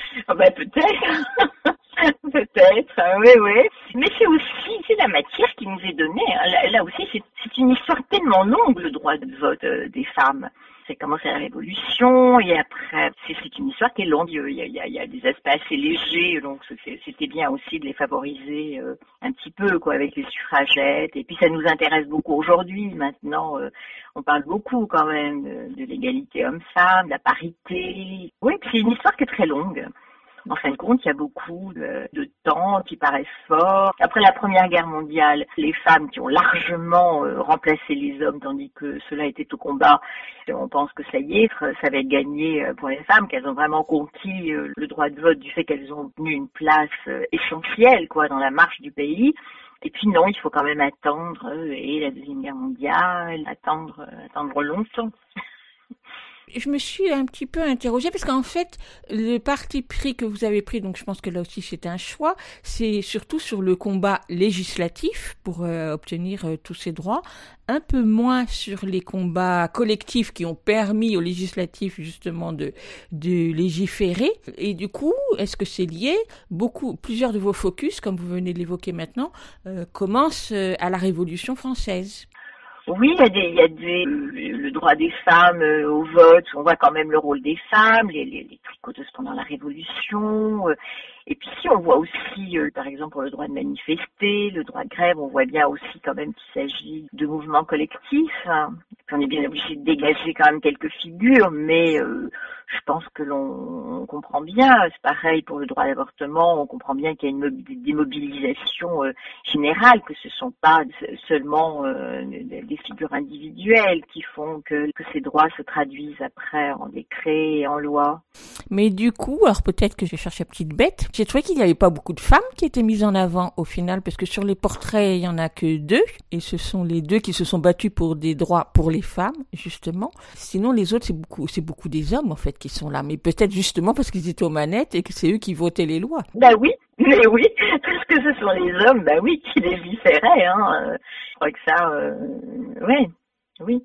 Speaker 7: Peut-être. Peut-être, oui. Mais c'est la matière qui nous est donnée. Là aussi, c'est une histoire tellement longue, le droit de vote des femmes. C'est commencé à la Révolution, et après, c'est une histoire qui est longue. Il y a des aspects assez légers, donc c'était bien aussi de les favoriser un petit peu, avec les suffragettes. Et puis ça nous intéresse beaucoup aujourd'hui. Maintenant, on parle beaucoup quand même de l'égalité homme-femme, de la parité. Oui, c'est une histoire qui est très longue. En fin de compte, il y a beaucoup de temps qui paraissent forts. Après la Première Guerre mondiale, les femmes qui ont largement remplacé les hommes, tandis que cela était au combat, on pense que ça y est, ça va être gagné pour les femmes, qu'elles ont vraiment conquis le droit de vote du fait qu'elles ont obtenu une place essentielle, quoi, dans la marche du pays. Et puis non, il faut quand même attendre et la Deuxième Guerre mondiale, attendre longtemps.
Speaker 2: Je me suis un petit peu interrogée parce qu'en fait, le parti pris que vous avez pris, donc je pense que là aussi c'était un choix, c'est surtout sur le combat législatif pour obtenir tous ces droits, un peu moins sur les combats collectifs qui ont permis aux législatifs justement de légiférer. Et du coup, est-ce que c'est lié? Plusieurs de vos focus, comme vous venez de l'évoquer maintenant, commencent à la Révolution française.
Speaker 7: Oui, il y a le droit des femmes au vote, on voit quand même le rôle des femmes, les tricoteuses pendant la Révolution. Et puis si on voit aussi, par exemple, pour le droit de manifester, le droit de grève, on voit bien aussi quand même qu'il s'agit de mouvements collectifs. Et puis on est bien obligé de dégager quand même quelques figures, mais je pense que l'on comprend bien, c'est pareil pour le droit à l'avortement, on comprend bien qu'il y a une démobilisation générale, que ce ne sont pas seulement des figures individuelles qui font que ces droits se traduisent après en décret et en loi.
Speaker 2: Mais du coup, alors peut-être que je vais chercher petite bête, j'ai trouvé qu'il n'y avait pas beaucoup de femmes qui étaient mises en avant au final, parce que sur les portraits, il n'y en a que 2, et ce sont les 2 qui se sont battus pour des droits pour les femmes, justement. Sinon, les autres, c'est beaucoup des hommes, en fait, qui sont là. Mais peut-être justement parce qu'ils étaient aux manettes et que c'est eux qui votaient les lois.
Speaker 7: Bah oui, mais oui, parce que ce sont les hommes, bah oui, qui légiféraient, hein. Je crois que ça, oui.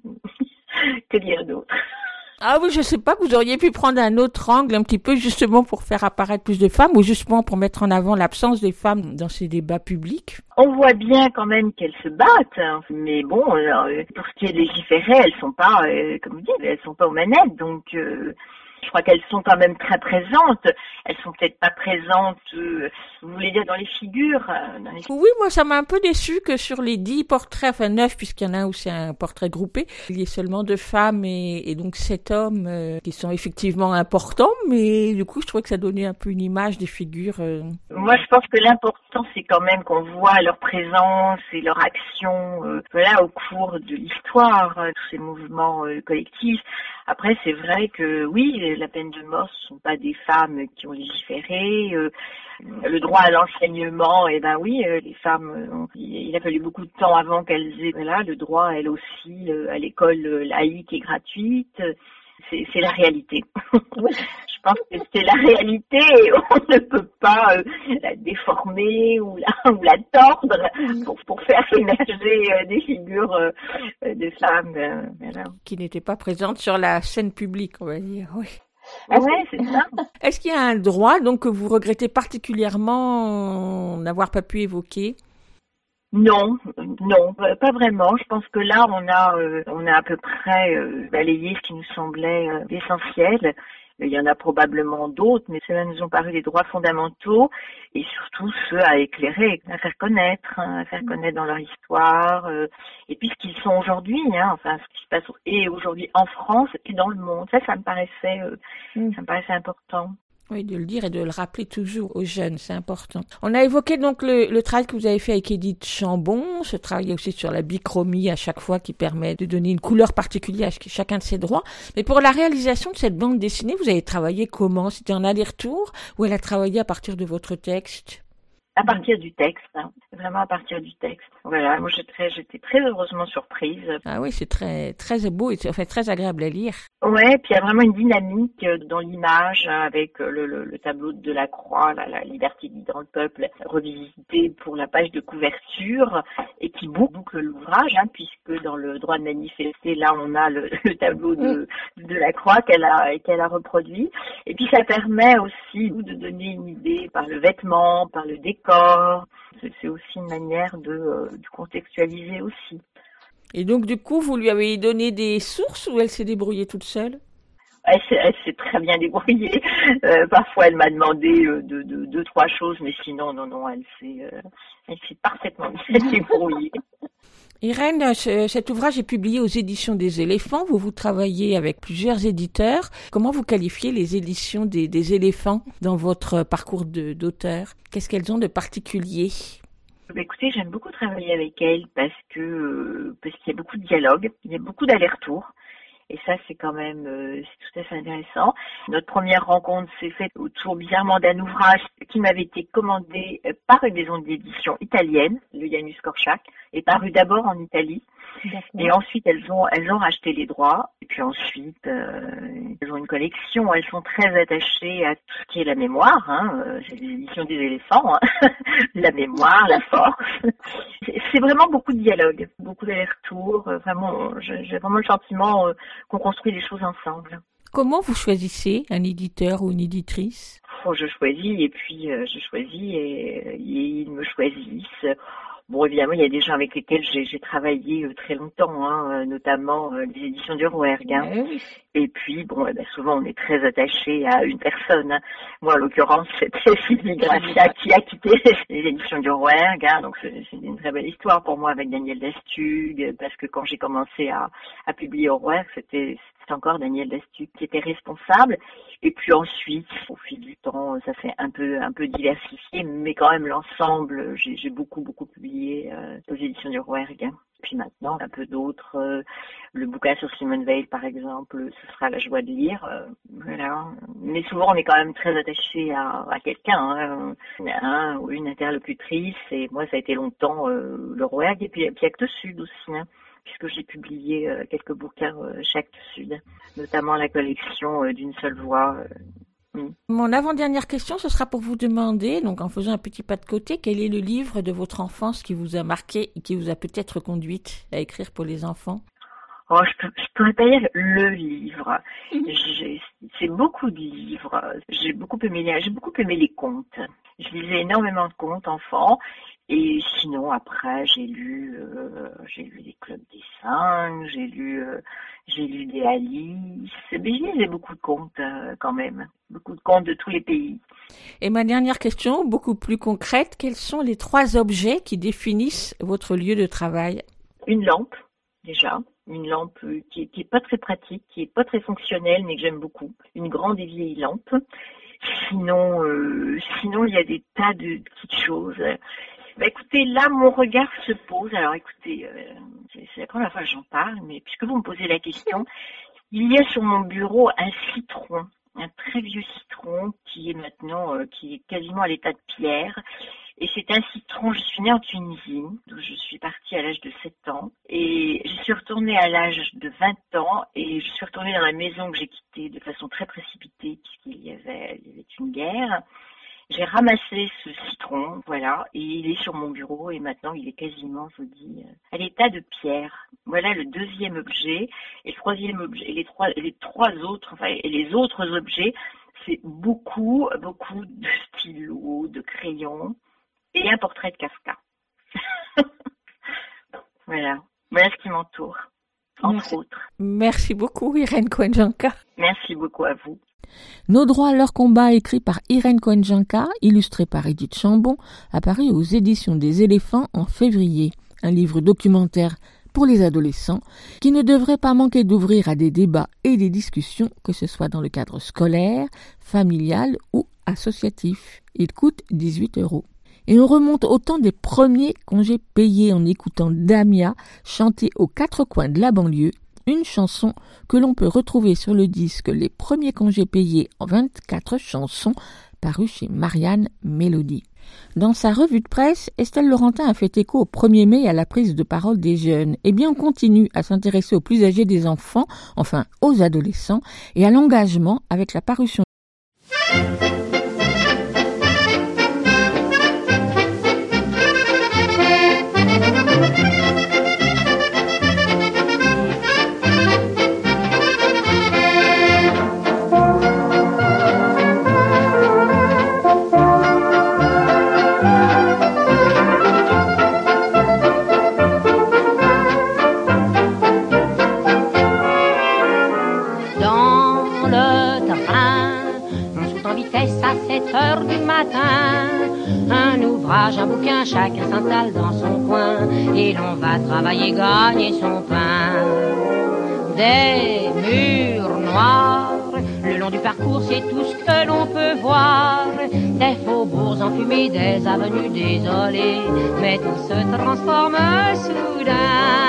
Speaker 7: Que dire d'autre?
Speaker 2: Ah oui, je sais pas, vous auriez pu prendre un autre angle un petit peu justement pour faire apparaître plus de femmes ou justement pour mettre en avant l'absence des femmes dans ces débats publics.
Speaker 7: On voit bien quand même qu'elles se battent, hein. Mais bon, pour ce qui est légiféré, elles sont pas, comme vous dites, elles sont pas aux manettes, donc je crois qu'elles sont quand même très présentes. Elles sont peut-être pas présentes, vous voulez dire dans les figures
Speaker 2: Oui, moi ça m'a un peu déçu que sur les 10 portraits, enfin 9 puisqu'il y en a un où c'est un portrait groupé, il y ait seulement 2 femmes et donc 7 hommes qui sont effectivement importants, mais du coup je trouvais que ça donnait un peu une image des figures.
Speaker 7: Moi je pense que l'important c'est quand même qu'on voit leur présence et leur action au cours de l'histoire, tous ces mouvements collectifs. Après, c'est vrai que oui, la peine de mort, ce ne sont pas des femmes qui ont légiféré. Le droit à l'enseignement, oui, les femmes, il a fallu beaucoup de temps avant qu'elles aient le droit, elles aussi, à l'école laïque et gratuite. C'est la réalité. Je pense que c'est la réalité et on ne peut pas la déformer ou la tordre pour faire émerger des figures de femmes
Speaker 2: qui n'étaient pas présentes sur la scène publique, on va dire. Oui.
Speaker 7: Ah ouais, c'est ça.
Speaker 2: Est-ce qu'il y a un droit donc que vous regrettez particulièrement n'avoir pas pu évoquer?
Speaker 7: Non, pas vraiment. Je pense que là, on a à peu près balayé ce qui nous semblait essentiel. Il y en a probablement d'autres, mais ceux-là nous ont paru des droits fondamentaux et surtout ceux à éclairer, à faire connaître dans leur histoire, et puis ce qu'ils sont aujourd'hui, ce qui se passe et aujourd'hui en France et dans le monde. Ça me paraissait important.
Speaker 2: Oui, de le dire et de le rappeler toujours aux jeunes, c'est important. On a évoqué donc le travail que vous avez fait avec Édith Chambon, ce travail aussi sur la bichromie à chaque fois qui permet de donner une couleur particulière à chacun de ses droits. Mais pour la réalisation de cette bande dessinée, vous avez travaillé comment? C'était en aller-retour ou elle a travaillé à partir de votre texte?
Speaker 7: À partir du texte, vraiment à partir du texte. Voilà, moi j'étais très heureusement surprise.
Speaker 2: Ah oui, c'est très très beau et très agréable à lire.
Speaker 7: Ouais, puis il y a vraiment une dynamique dans l'image avec le tableau de Delacroix, la liberté dit dans le peuple, revisité pour la page de couverture et qui boucle l'ouvrage, puisque dans le droit de manifester, là on a le tableau de Delacroix qu'elle a reproduit. Et puis ça permet aussi de donner une idée par le vêtement, par le décor. C'est aussi une manière de contextualiser aussi.
Speaker 2: Et donc, du coup, vous lui avez donné des sources ou elle s'est débrouillée toute seule?
Speaker 7: Elle s'est très bien débrouillée. Parfois, elle m'a demandé deux, trois choses, mais sinon, non, elle s'est parfaitement débrouillée.
Speaker 2: Irène, cet ouvrage est publié aux éditions des éléphants. Vous travaillez avec plusieurs éditeurs. Comment vous qualifiez les éditions des éléphants dans votre parcours d'auteur? Qu'est-ce qu'elles ont de particulier?
Speaker 7: Écoutez, j'aime beaucoup travailler avec elles parce qu'il y a beaucoup de dialogue, il y a beaucoup d'allers-retours. Et ça, c'est quand même c'est tout à fait intéressant. Notre première rencontre s'est faite autour bizarrement d'un ouvrage qui m'avait été commandé par une maison d'édition italienne, le Janus Korczak, et paru d'abord en Italie. Et ensuite, elles ont racheté les droits. Et puis ensuite, elles ont une collection. Elles sont très attachées à tout ce qui est la mémoire. C'est les éditions des éléphants. La mémoire, la force. C'est vraiment beaucoup de dialogue, beaucoup d'allers-retours. Vraiment, j'ai vraiment le sentiment qu'on construit des choses ensemble.
Speaker 2: Comment vous choisissez un éditeur ou une éditrice?
Speaker 7: Je choisis et puis je choisis et ils me choisissent. Bon, évidemment, il y a des gens avec lesquels j'ai travaillé très longtemps, notamment les éditions du Rouergue. Oui. Et puis, souvent, on est très attaché à une personne. Moi, en l'occurrence, c'était Sylvie Gracia qui a quitté les éditions du Rouergue. Donc, c'est une très belle histoire pour moi avec Daniel Dastug, parce que quand j'ai commencé à publier au Rouergue, c'était encore Daniel Dastug qui était responsable. Et puis ensuite, au fil du temps, ça s'est un peu diversifié, mais quand même l'ensemble, j'ai beaucoup publié aux éditions du Rouergue. Puis maintenant, un peu d'autres. Le bouquin sur Simone Veil, par exemple, ce sera La joie de lire. Voilà. Mais souvent, on est quand même très attaché à quelqu'un, ou une interlocutrice. Et moi, ça a été longtemps le Rouergue et puis Actes Sud aussi, puisque j'ai publié quelques bouquins chez Actes Sud, notamment la collection d'une seule voix.
Speaker 2: Mon avant-dernière question, ce sera pour vous demander, donc en faisant un petit pas de côté, quel est le livre de votre enfance qui vous a marqué et qui vous a peut-être conduite à écrire pour les enfants?
Speaker 7: Je pourrais pas dire le livre. C'est beaucoup de livres. J'ai beaucoup aimé les contes. Je lisais énormément de contes enfants. Et sinon, après, j'ai lu des Clubs des 5, j'ai lu des Alice. Mais je lisais beaucoup de contes quand même. Beaucoup de contes de tous les pays.
Speaker 2: Et ma dernière question, beaucoup plus concrète, quels sont les 3 objets qui définissent votre lieu de travail?
Speaker 7: Une lampe, déjà. Une lampe qui est pas très pratique, qui est pas très fonctionnelle, mais que j'aime beaucoup. Une grande et vieille lampe. Sinon, il y a des tas de petites choses. Écoutez, là, mon regard se pose. Alors, écoutez, c'est la première fois que j'en parle, mais puisque vous me posez la question, il y a sur mon bureau un citron, un très vieux citron qui est maintenant, qui est quasiment à l'état de pierre. Et c'est un citron, je suis née en Tunisie, d'où je suis partie à l'âge de 7 ans. Et je suis retournée à l'âge de 20 ans et je suis retournée dans la maison que j'ai quittée de façon très précipitée puisqu'il y avait une guerre. J'ai ramassé ce citron, voilà, et il est sur mon bureau et maintenant il est quasiment, je vous dis, à l'état de pierre. Voilà le deuxième objet. Et le troisième objet, et les autres objets, c'est beaucoup de stylos, de crayons et un portrait de Kafka. Voilà ce qui m'entoure, entre autres.
Speaker 2: Merci beaucoup, Irène Cohen-Janca.
Speaker 7: Merci beaucoup à vous.
Speaker 2: Nos droits à leur combat, écrit par Irène Cohen-Janca, illustré par Edith Chambon, apparu aux éditions des éléphants en février. Un livre documentaire pour les adolescents qui ne devrait pas manquer d'ouvrir à des débats et des discussions, que ce soit dans le cadre scolaire, familial ou associatif. Il coûte 18 €. Et on remonte au temps des premiers congés payés en écoutant Damia chanter aux 4 coins de la banlieue, une chanson que l'on peut retrouver sur le disque Les premiers congés payés en 24 chansons, paru chez Marianne Mélodie. Dans sa revue de presse, Estelle Laurentin a fait écho au 1er mai à la prise de parole des jeunes. Eh bien, on continue à s'intéresser aux plus âgés des enfants, enfin aux adolescents, et à l'engagement avec la parution.
Speaker 8: Dans le train
Speaker 9: matin. Un ouvrage, un bouquin, chacun s'installe dans son coin et l'on va travailler, gagner son pain. Des murs noirs, le long du parcours, c'est tout ce que l'on peut voir. Des faubourgs enfumés, des avenues désolées, mais tout se transforme soudain.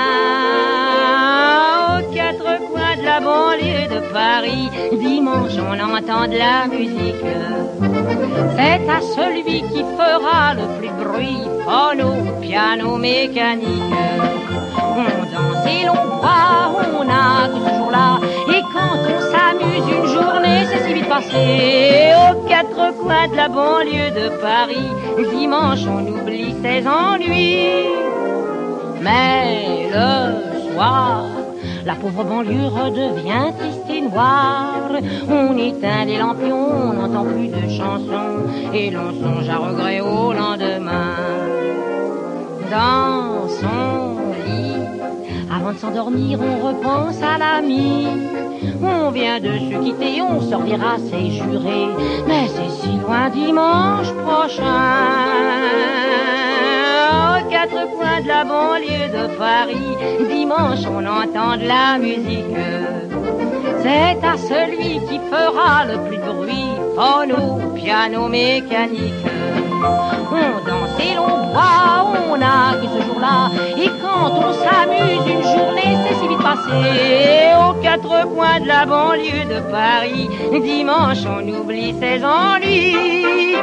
Speaker 9: Aux quatre coins de la banlieue de Paris, dimanche on entend de la musique. C'est à celui qui fera le plus de bruit, phono, piano, mécanique. On danse et l'on boit, on a tout ce jour-là. Et quand on s'amuse une journée, c'est si vite passé. Aux quatre coins de la banlieue de Paris, dimanche on oublie ses ennuis. Mais le soir, la pauvre banlieue redevient triste et noire. On éteint les lampions, on n'entend plus de chansons et l'on songe à regret au lendemain. Dans son lit, avant de s'endormir, on repense à l'ami. On vient de se quitter, on se reverra, c'est juré, mais c'est si loin dimanche prochain. Aux quatre coins de la banlieue de Paris, dimanche on entend de la musique. C'est à celui qui fera le plus de bruit, phono, piano, mécanique. On danse et l'on boit, on a que ce jour-là. Et quand on s'amuse une journée, c'est si vite passé. Aux quatre coins de la banlieue de Paris, dimanche on oublie ses ennuis.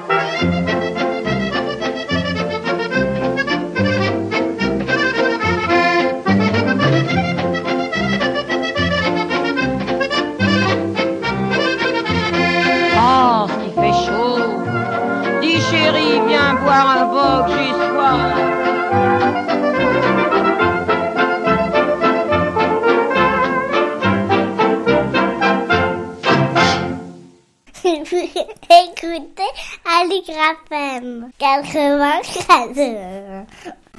Speaker 9: Oh, ce qui fait chaud. Dis chérie, viens boire un boc, j'ai soif.
Speaker 1: Écoutez Aligraphem 94.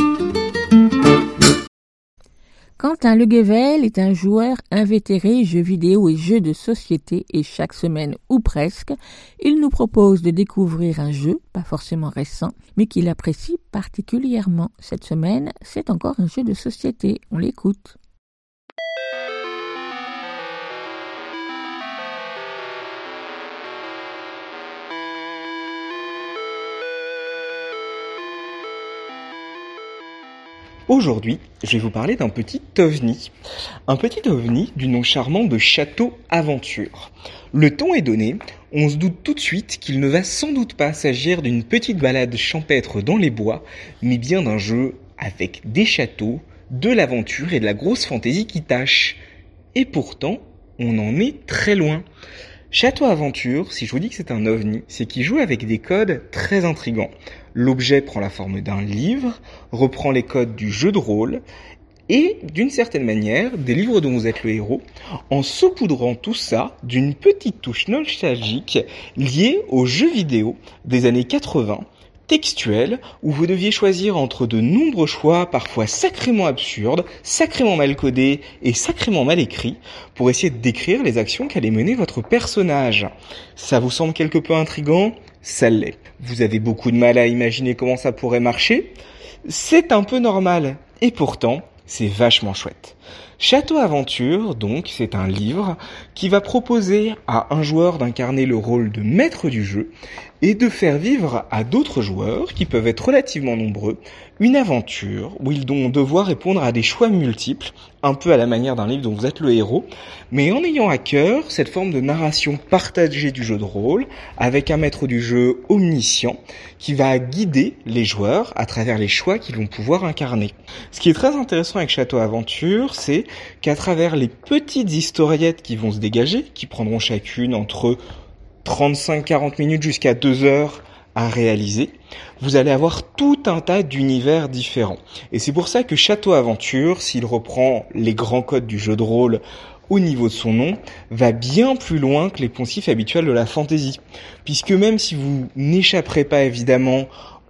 Speaker 2: Quentin Leguevel est un joueur invétéré jeux vidéo et jeux de société et chaque semaine ou presque, il nous propose de découvrir un jeu, pas forcément récent, mais qu'il apprécie particulièrement. Cette semaine, c'est encore un jeu de société. On l'écoute.
Speaker 10: Aujourd'hui, je vais vous parler d'un petit ovni. Un petit ovni du nom charmant de Château Aventure. Le ton est donné, on se doute tout de suite qu'il ne va sans doute pas s'agir d'une petite balade champêtre dans les bois, mais bien d'un jeu avec des châteaux, de l'aventure et de la grosse fantaisie qui tâche. Et pourtant, on en est très loin. Château Aventure, si je vous dis que c'est un ovni, c'est qu'il joue avec des codes très intrigants. L'objet prend la forme d'un livre, reprend les codes du jeu de rôle et, d'une certaine manière, des livres dont vous êtes le héros, en saupoudrant tout ça d'une petite touche nostalgique liée aux jeux vidéo des années 80, textuels, où vous deviez choisir entre de nombreux choix, parfois sacrément absurdes, sacrément mal codés et sacrément mal écrits, pour essayer de décrire les actions qu'allait mener votre personnage. Ça vous semble quelque peu intriguant ? Ça l'est. Vous avez beaucoup de mal à imaginer comment ça pourrait marcher ? C'est un peu normal. Et pourtant, c'est vachement chouette. Château Aventure, donc, c'est un livre qui va proposer à un joueur d'incarner le rôle de maître du jeu et de faire vivre à d'autres joueurs, qui peuvent être relativement nombreux, une aventure où ils vont devoir répondre à des choix multiples, un peu à la manière d'un livre dont vous êtes le héros, mais en ayant à cœur cette forme de narration partagée du jeu de rôle, avec un maître du jeu omniscient, qui va guider les joueurs à travers les choix qu'ils vont pouvoir incarner. Ce qui est très intéressant avec Château Aventure, c'est qu'à travers les petites historiettes qui vont se dégager, qui prendront chacune entre 35-40 minutes jusqu'à 2 heures à réaliser, vous allez avoir tout un tas d'univers différents. Et c'est pour ça que Château Aventure, s'il reprend les grands codes du jeu de rôle au niveau de son nom, va bien plus loin que les poncifs habituels de la fantasy. Puisque même si vous n'échapperez pas évidemment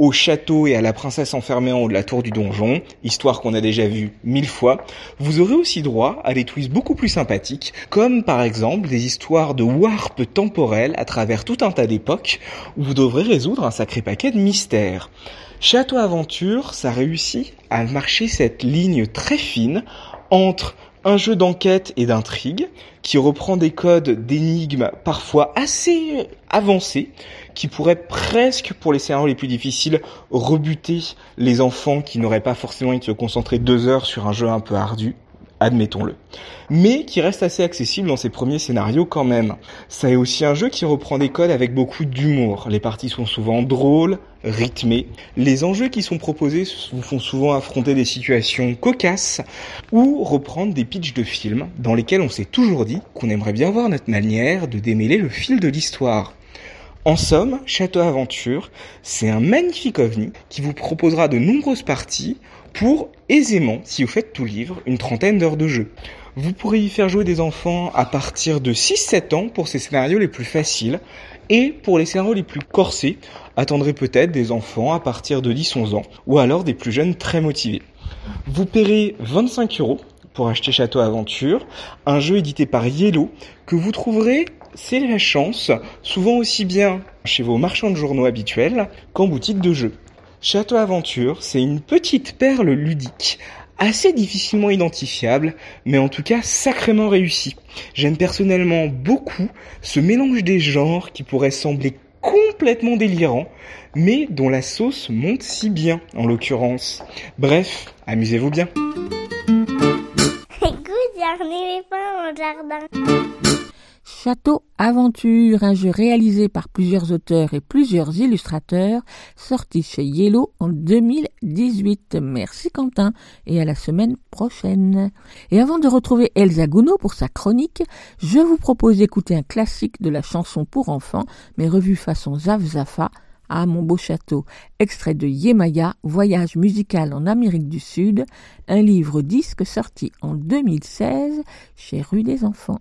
Speaker 10: au château et à la princesse enfermée en haut de la tour du donjon, histoire qu'on a déjà vue 1000 fois, vous aurez aussi droit à des twists beaucoup plus sympathiques, comme par exemple des histoires de warp temporel à travers tout un tas d'époques, où vous devrez résoudre un sacré paquet de mystères. Château Aventure, ça réussit à marcher cette ligne très fine entre un jeu d'enquête et d'intrigue qui reprend des codes d'énigmes parfois assez avancés qui pourraient presque, pour les scénarios les plus difficiles, rebuter les enfants qui n'auraient pas forcément envie de se concentrer 2 heures sur un jeu un peu ardu, admettons-le. Mais qui reste assez accessible dans ses premiers scénarios quand même. Ça est aussi un jeu qui reprend des codes avec beaucoup d'humour. Les parties sont souvent drôles, rythmées. Les enjeux qui sont proposés vous font souvent affronter des situations cocasses ou reprendre des pitchs de films dans lesquels on s'est toujours dit qu'on aimerait bien voir notre manière de démêler le fil de l'histoire. En somme, Château Aventure, c'est un magnifique ovni qui vous proposera de nombreuses parties pour aisément, si vous faites tout livre, une 30aine d'heures de jeu. Vous pourrez y faire jouer des enfants à partir de 6-7 ans pour ces scénarios les plus faciles, et pour les scénarios les plus corsés, attendrez peut-être des enfants à partir de 10-11 ans, ou alors des plus jeunes très motivés. Vous paierez 25 € pour acheter Château Aventure, un jeu édité par Yellow, que vous trouverez, c'est la chance, souvent aussi bien chez vos marchands de journaux habituels qu'en boutique de jeux. Château Aventure, c'est une petite perle ludique, assez difficilement identifiable, mais en tout cas sacrément réussie. J'aime personnellement beaucoup ce mélange des genres qui pourrait sembler complètement délirant, mais dont la sauce monte si bien, en l'occurrence. Bref, amusez-vous bien.
Speaker 1: Écoute, j'en ai pas au jardin.
Speaker 2: Château Aventure, un jeu réalisé par plusieurs auteurs et plusieurs illustrateurs, sorti chez Yellow en 2018. Merci Quentin, et à la semaine prochaine. Et avant de retrouver Elsa Gounod pour sa chronique, je vous propose d'écouter un classique de la chanson pour enfants, mais revu façon Zaf Zafa, à Mon beau château, extrait de Yemaya, voyage musical en Amérique du Sud, un livre-disque sorti en 2016 chez Rue des Enfants.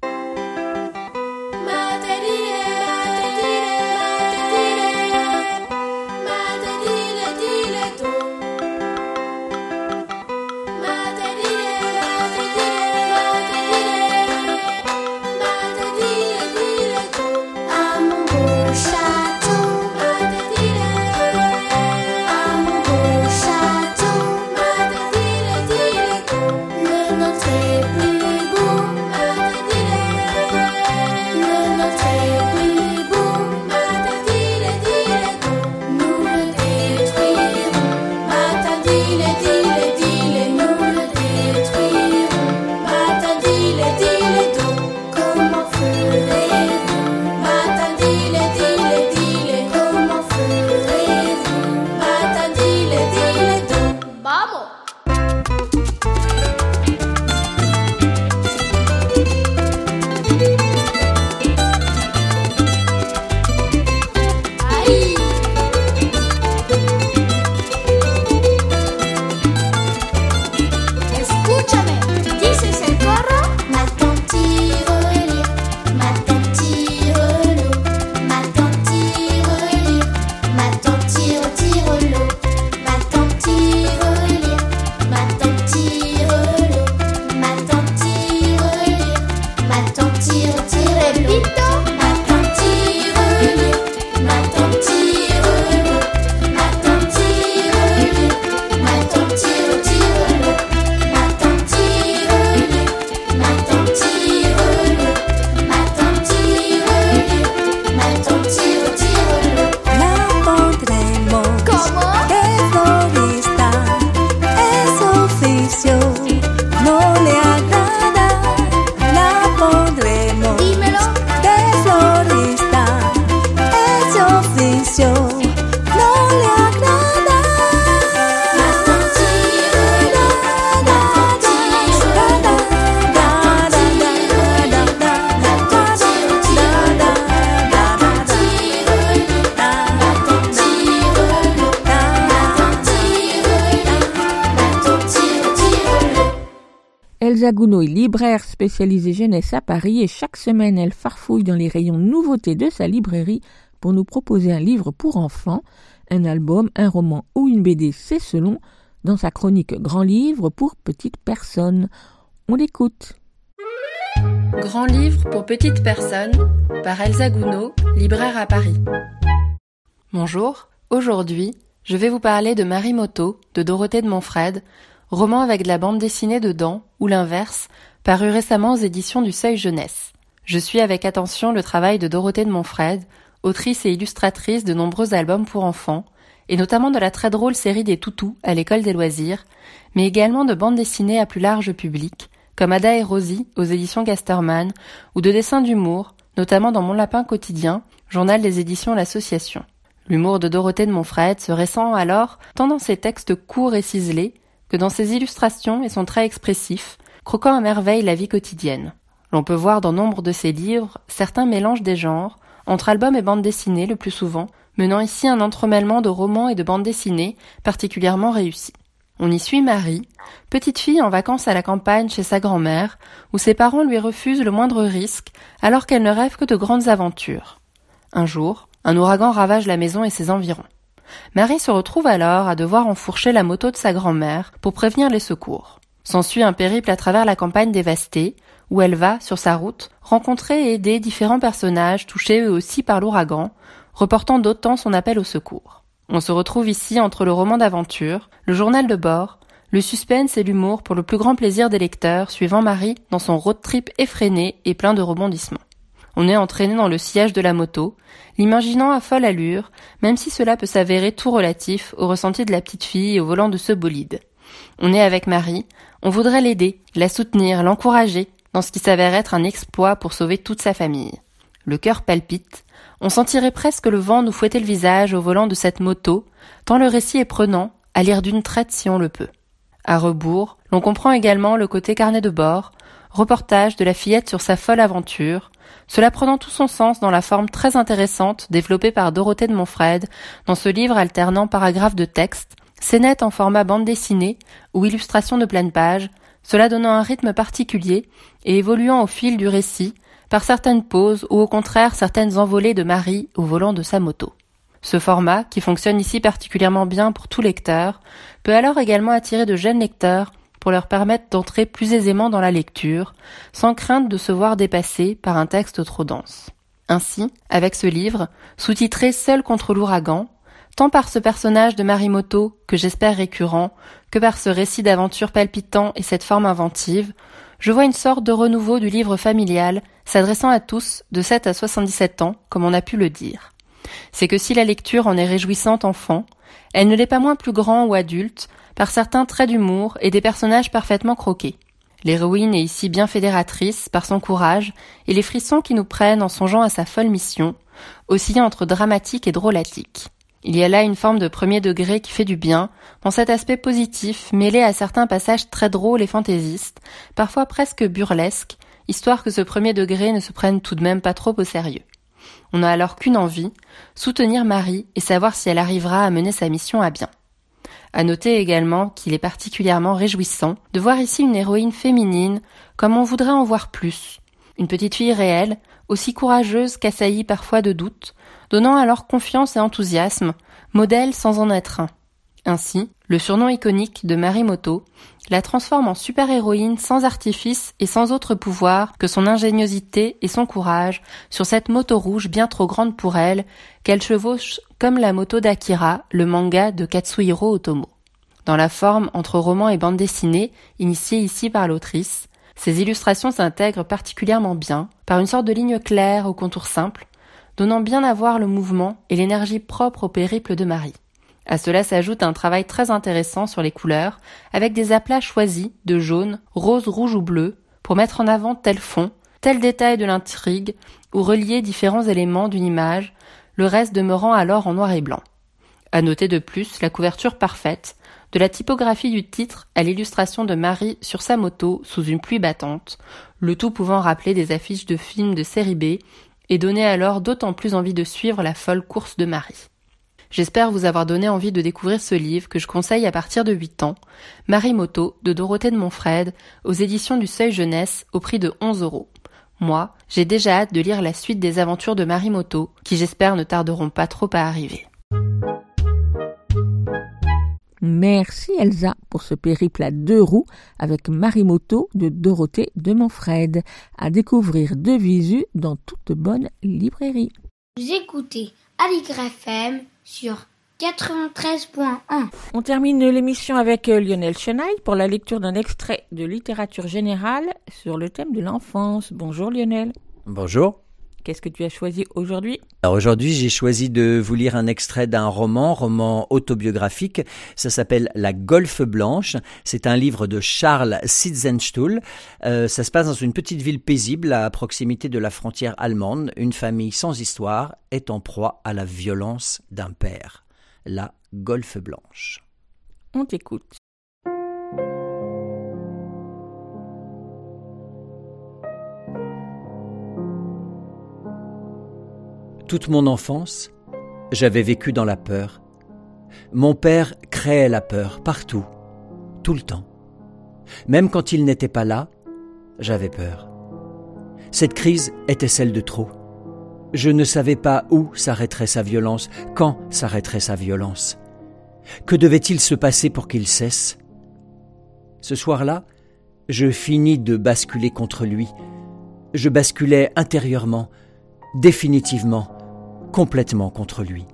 Speaker 2: Elsa Gounod est libraire spécialisée jeunesse à Paris et chaque semaine elle farfouille dans les rayons nouveautés de sa librairie pour nous proposer un livre pour enfants, un album, un roman ou une BD, c'est selon, dans sa chronique Grand livre pour petites personnes. On l'écoute.
Speaker 11: Grand livre pour petites personnes par Elsa Gounod, libraire à Paris. Bonjour, aujourd'hui, je vais vous parler de Marimoto de Dorothée de Montfred, roman avec de la bande dessinée dedans, ou l'inverse, paru récemment aux éditions du Seuil Jeunesse. Je suis avec attention le travail de Dorothée de Montfred, autrice et illustratrice de nombreux albums pour enfants, et notamment de la très drôle série des Toutous à l'école des loisirs, mais également de bandes dessinées à plus large public, comme Ada et Rosie aux éditions Gasterman, ou de dessins d'humour, notamment dans Mon Lapin Quotidien, journal des éditions L'Association. L'humour de Dorothée de Montfred se ressent alors tant dans ses textes courts et ciselés que dans ses illustrations et son trait expressif, croquant à merveille la vie quotidienne. L'on peut voir dans nombre de ses livres certains mélanges des genres, entre albums et bandes dessinées le plus souvent, menant ici un entremêlement de romans et de bandes dessinées particulièrement réussi. On y suit Marie, petite fille en vacances à la campagne chez sa grand-mère, où ses parents lui refusent le moindre risque alors qu'elle ne rêve que de grandes aventures. Un jour, un ouragan ravage la maison et ses environs. Marie se retrouve alors à devoir enfourcher la moto de sa grand-mère pour prévenir les secours. S'ensuit un périple à travers la campagne dévastée, où elle va, sur sa route, rencontrer et aider différents personnages touchés eux aussi par l'ouragan, reportant d'autant son appel au secours. On se retrouve ici entre le roman d'aventure, le journal de bord, le suspense et l'humour pour le plus grand plaisir des lecteurs suivant Marie dans son road trip effréné et plein de rebondissements. On est entraîné dans le sillage de la moto, l'imaginant à folle allure, même si cela peut s'avérer tout relatif au ressenti de la petite fille au volant de ce bolide. On est avec Marie, on voudrait l'aider, la soutenir, l'encourager, dans ce qui s'avère être un exploit pour sauver toute sa famille. Le cœur palpite, on sentirait presque le vent nous fouetter le visage au volant de cette moto, tant le récit est prenant, à lire d'une traite si on le peut. À rebours, l'on comprend également le côté carnet de bord, reportage de la fillette sur sa folle aventure, cela prenant tout son sens dans la forme très intéressante développée par Dorothée de Montfred dans ce livre alternant paragraphes de texte, scénettes en format bande dessinée ou illustrations de pleine page, cela donnant un rythme particulier et évoluant au fil du récit par certaines pauses ou au contraire certaines envolées de Marie au volant de sa moto. Ce format, qui fonctionne ici particulièrement bien pour tout lecteur, peut alors également attirer de jeunes lecteurs pour leur permettre d'entrer plus aisément dans la lecture, sans crainte de se voir dépassé par un texte trop dense. Ainsi, avec ce livre, sous-titré « Seul contre l'ouragan », tant par ce personnage de Marimoto, que j'espère récurrent, que par ce récit d'aventure palpitant et cette forme inventive, je vois une sorte de renouveau du livre familial, s'adressant à tous de 7 à 77 ans, comme on a pu le dire. C'est que si la lecture en est réjouissante enfant, elle ne l'est pas moins plus grand ou adulte, par certains traits d'humour et des personnages parfaitement croqués. L'héroïne est ici bien fédératrice par son courage et les frissons qui nous prennent en songeant à sa folle mission, oscillant entre dramatique et drôlatique. Il y a là une forme de premier degré qui fait du bien, dans cet aspect positif mêlé à certains passages très drôles et fantaisistes, parfois presque burlesques, histoire que ce premier degré ne se prenne tout de même pas trop au sérieux. On n'a alors qu'une envie, soutenir Marie et savoir si elle arrivera à mener sa mission à bien. À noter également qu'il est particulièrement réjouissant de voir ici une héroïne féminine comme on voudrait en voir plus. Une petite fille réelle, aussi courageuse qu'assaillie parfois de doutes, donnant alors confiance et enthousiasme, modèle sans en être un. Ainsi, le surnom iconique de Marimoto la transforme en super-héroïne sans artifice et sans autre pouvoir que son ingéniosité et son courage sur cette moto rouge bien trop grande pour elle, qu'elle chevauche comme la moto d'Akira, le manga de Katsuhiro Otomo. Dans la forme entre roman et bande dessinée, initiée ici par l'autrice, ces illustrations s'intègrent particulièrement bien, par une sorte de ligne claire au contour simple, donnant bien à voir le mouvement et l'énergie propre au périple de Marie. À cela s'ajoute un travail très intéressant sur les couleurs, avec des aplats choisis de jaune, rose, rouge ou bleu, pour mettre en avant tel fond, tel détail de l'intrigue, ou relier différents éléments d'une image, le reste demeurant alors en noir et blanc. À noter de plus la couverture parfaite, de la typographie du titre à l'illustration de Marie sur sa moto sous une pluie battante, le tout pouvant rappeler des affiches de films de série B, et donner alors d'autant plus envie de suivre la folle course de Marie. J'espère vous avoir donné envie de découvrir ce livre que je conseille à partir de 8 ans, Marimoto de Dorothée de Montfred, aux éditions du Seuil Jeunesse, au prix de 11 €. Moi, j'ai déjà hâte de lire la suite des aventures de Marimoto, qui j'espère ne tarderont pas trop à arriver.
Speaker 2: Merci Elsa pour ce périple à 2 roues avec Marimoto de Dorothée de Montfred, à découvrir de visu dans toute bonne librairie.
Speaker 1: Vous écoutez Aligre FM sur 93.1.
Speaker 2: On termine l'émission avec Lionel Chenaille pour la lecture d'un extrait de littérature générale sur le thème de l'enfance. Bonjour Lionel.
Speaker 12: Bonjour.
Speaker 2: Qu'est-ce que tu as choisi aujourd'hui ?
Speaker 12: Alors aujourd'hui, j'ai choisi de vous lire un extrait d'un roman autobiographique. Ça s'appelle La Golfe Blanche. C'est un livre de Charles Sitzenstuhl. Ça se passe dans une petite ville paisible à proximité de la frontière allemande. Une famille sans histoire est en proie à la violence d'un père. La Golfe Blanche.
Speaker 2: On t'écoute.
Speaker 12: Toute mon enfance, j'avais vécu dans la peur. Mon père créait la peur partout, tout le temps. Même quand il n'était pas là, j'avais peur. Cette crise était celle de trop. Je ne savais pas où s'arrêterait sa violence, quand s'arrêterait sa violence. Que devait-il se passer pour qu'il cesse ? Ce soir-là, je finis de basculer contre lui. Je basculais intérieurement, définitivement, complètement contre lui.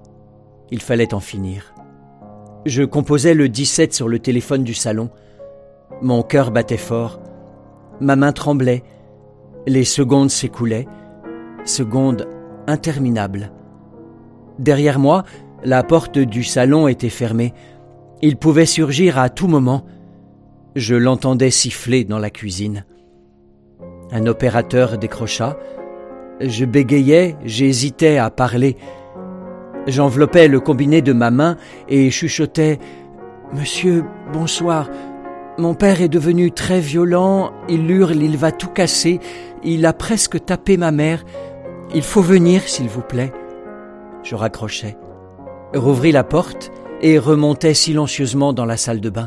Speaker 12: Il fallait en finir. Je composais le 17 sur le téléphone du salon. Mon cœur battait fort. Ma main tremblait. Les secondes s'écoulaient. Secondes interminables. Derrière moi, la porte du salon était fermée. Il pouvait surgir à tout moment. Je l'entendais siffler dans la cuisine. Un opérateur décrocha. Je bégayais, j'hésitais à parler. J'enveloppais le combiné de ma main et chuchotais « Monsieur, bonsoir. Mon père est devenu très violent, il hurle, il va tout casser, il a presque tapé ma mère. Il faut venir, s'il vous plaît. » Je raccrochais, rouvris la porte et remontais silencieusement dans la salle de bain.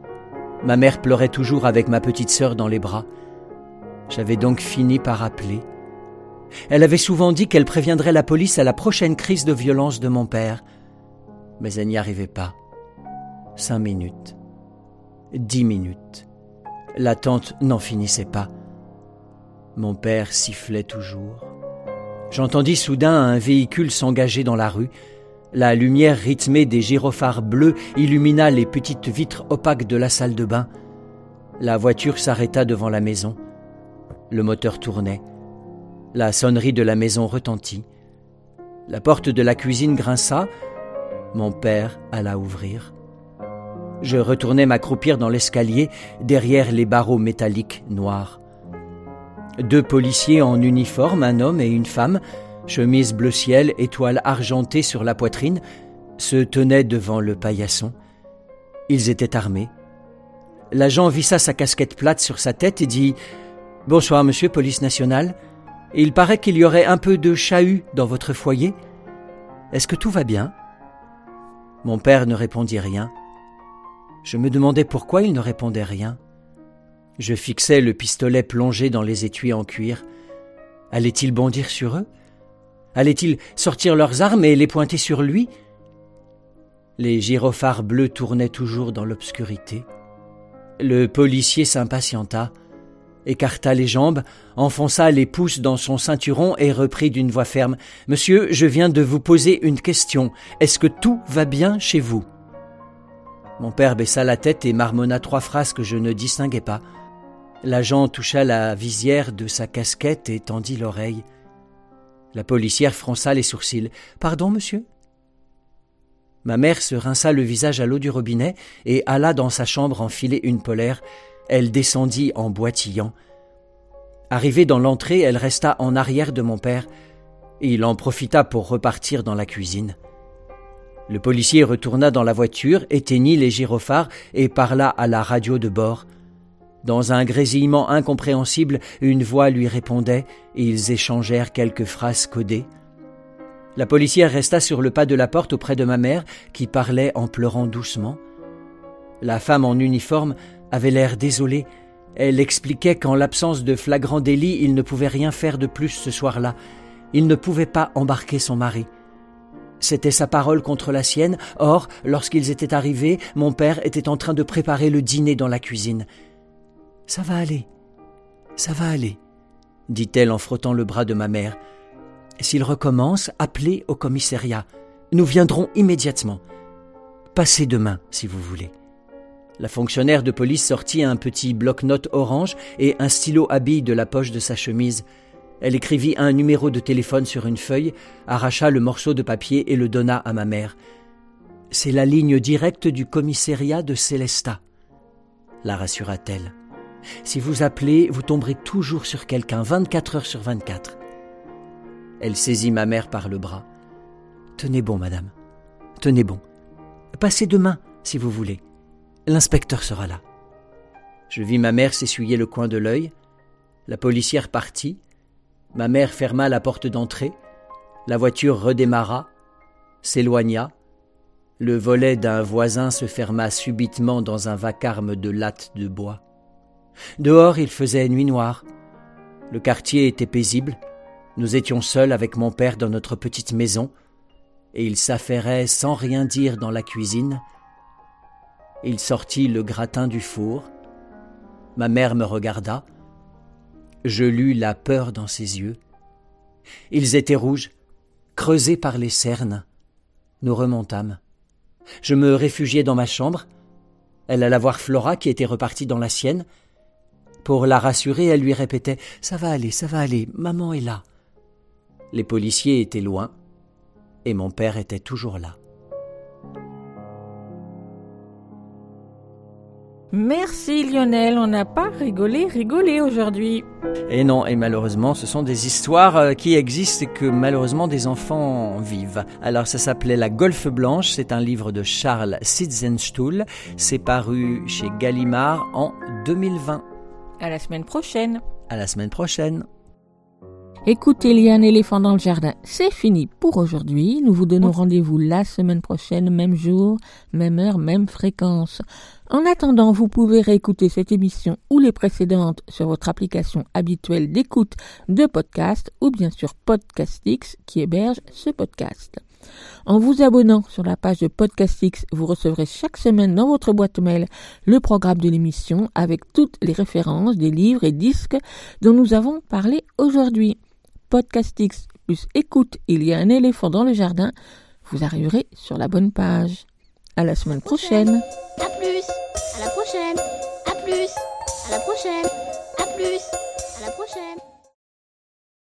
Speaker 12: Ma mère pleurait toujours avec ma petite sœur dans les bras. J'avais donc fini par appeler. Elle avait souvent dit qu'elle préviendrait la police à la prochaine crise de violence de mon père. Mais elle n'y arrivait pas. 5 minutes. 10 minutes. L'attente n'en finissait pas. Mon père sifflait toujours. J'entendis soudain un véhicule s'engager dans la rue. La lumière rythmée des gyrophares bleus illumina les petites vitres opaques de la salle de bain. La voiture s'arrêta devant la maison. Le moteur tournait. La sonnerie de la maison retentit. La porte de la cuisine grinça. Mon père alla ouvrir. Je retournai m'accroupir dans l'escalier, derrière les barreaux métalliques noirs. 2 policiers en uniforme, un homme et une femme, chemise bleu ciel, étoile argentée sur la poitrine, se tenaient devant le paillasson. Ils étaient armés. L'agent vissa sa casquette plate sur sa tête et dit « Bonsoir, monsieur, police nationale. Il paraît qu'il y aurait un peu de chahut dans votre foyer. Est-ce que tout va bien ?» Mon père ne répondit rien. Je me demandais pourquoi il ne répondait rien. Je fixais le pistolet plongé dans les étuis en cuir. Allaient-ils bondir sur eux ? Allaient-ils sortir leurs armes et les pointer sur lui ? Les gyrophares bleus tournaient toujours dans l'obscurité. Le policier s'impatienta, écarta les jambes, enfonça les pouces dans son ceinturon et reprit d'une voix ferme « Monsieur, je viens de vous poser une question. Est-ce que tout va bien chez vous ?» Mon père baissa la tête et marmonna 3 phrases que je ne distinguais pas. L'agent toucha la visière de sa casquette et tendit l'oreille. La policière fronça les sourcils. « Pardon, monsieur ?» Ma mère se rinça le visage à l'eau du robinet et alla dans sa chambre enfiler une polaire. Elle descendit en boitillant. Arrivée dans l'entrée, elle resta en arrière de mon père. Il en profita pour repartir dans la cuisine. Le policier retourna dans la voiture, éteignit les gyrophares et parla à la radio de bord. Dans un grésillement incompréhensible, une voix lui répondait et ils échangèrent quelques phrases codées. La policière resta sur le pas de la porte auprès de ma mère, qui parlait en pleurant doucement. La femme en uniforme avait l'air désolée. Elle expliquait qu'en l'absence de flagrant délit, il ne pouvait rien faire de plus ce soir-là. Il ne pouvait pas embarquer son mari. C'était sa parole contre la sienne. Or, lorsqu'ils étaient arrivés, mon père était en train de préparer le dîner dans la cuisine. « Ça va aller, dit-elle en frottant le bras de ma mère. « S'il recommence, appelez au commissariat. Nous viendrons immédiatement. Passez demain, si vous voulez. » La fonctionnaire de police sortit un petit bloc-notes orange et un stylo à billes de la poche de sa chemise. Elle écrivit un numéro de téléphone sur une feuille, arracha le morceau de papier et le donna à ma mère. « C'est la ligne directe du commissariat de Célestat, » la rassura-t-elle. « Si vous appelez, vous tomberez toujours sur quelqu'un, 24 heures sur 24. » Elle saisit ma mère par le bras. « Tenez bon, madame, tenez bon. Passez demain, si vous voulez. L'inspecteur sera là. » Je vis ma mère s'essuyer le coin de l'œil. La policière partit. Ma mère ferma la porte d'entrée. La voiture redémarra, s'éloigna. Le volet d'un voisin se ferma subitement dans un vacarme de lattes de bois. Dehors, il faisait nuit noire. Le quartier était paisible. Nous étions seuls avec mon père dans notre petite maison, et il s'affairait sans rien dire dans la cuisine. Il sortit le gratin du four. Ma mère me regarda. Je lus la peur dans ses yeux. Ils étaient rouges, creusés par les cernes. Nous remontâmes. Je me réfugiai dans ma chambre. Elle alla voir Flora qui était repartie dans la sienne. Pour la rassurer, elle lui répétait « Ça va aller, maman est là. » Les policiers étaient loin et mon père était toujours là.
Speaker 2: Merci Lionel, on n'a pas rigolé aujourd'hui.
Speaker 12: Et non, et malheureusement, ce sont des histoires qui existent et que malheureusement des enfants vivent. Alors ça s'appelait La Golfe Blanche, c'est un livre de Charles Sitzenstuhl, c'est paru chez Gallimard en 2020.
Speaker 2: À la semaine prochaine.
Speaker 12: À la semaine prochaine.
Speaker 2: Écoutez, il y a un éléphant dans le jardin. C'est fini pour aujourd'hui. Nous vous donnons rendez-vous la semaine prochaine, même jour, même heure, même fréquence. En attendant, vous pouvez réécouter cette émission ou les précédentes sur votre application habituelle d'écoute de podcast ou bien sur Podcastix qui héberge ce podcast. En vous abonnant sur la page de Podcastix, vous recevrez chaque semaine dans votre boîte mail le programme de l'émission avec toutes les références des livres et disques dont nous avons parlé aujourd'hui. Podcastix plus écoute, il y a un éléphant dans le jardin, vous arriverez sur la bonne page. À la semaine prochaine.
Speaker 1: À plus. À la prochaine. À plus. À la prochaine. À plus. À la prochaine.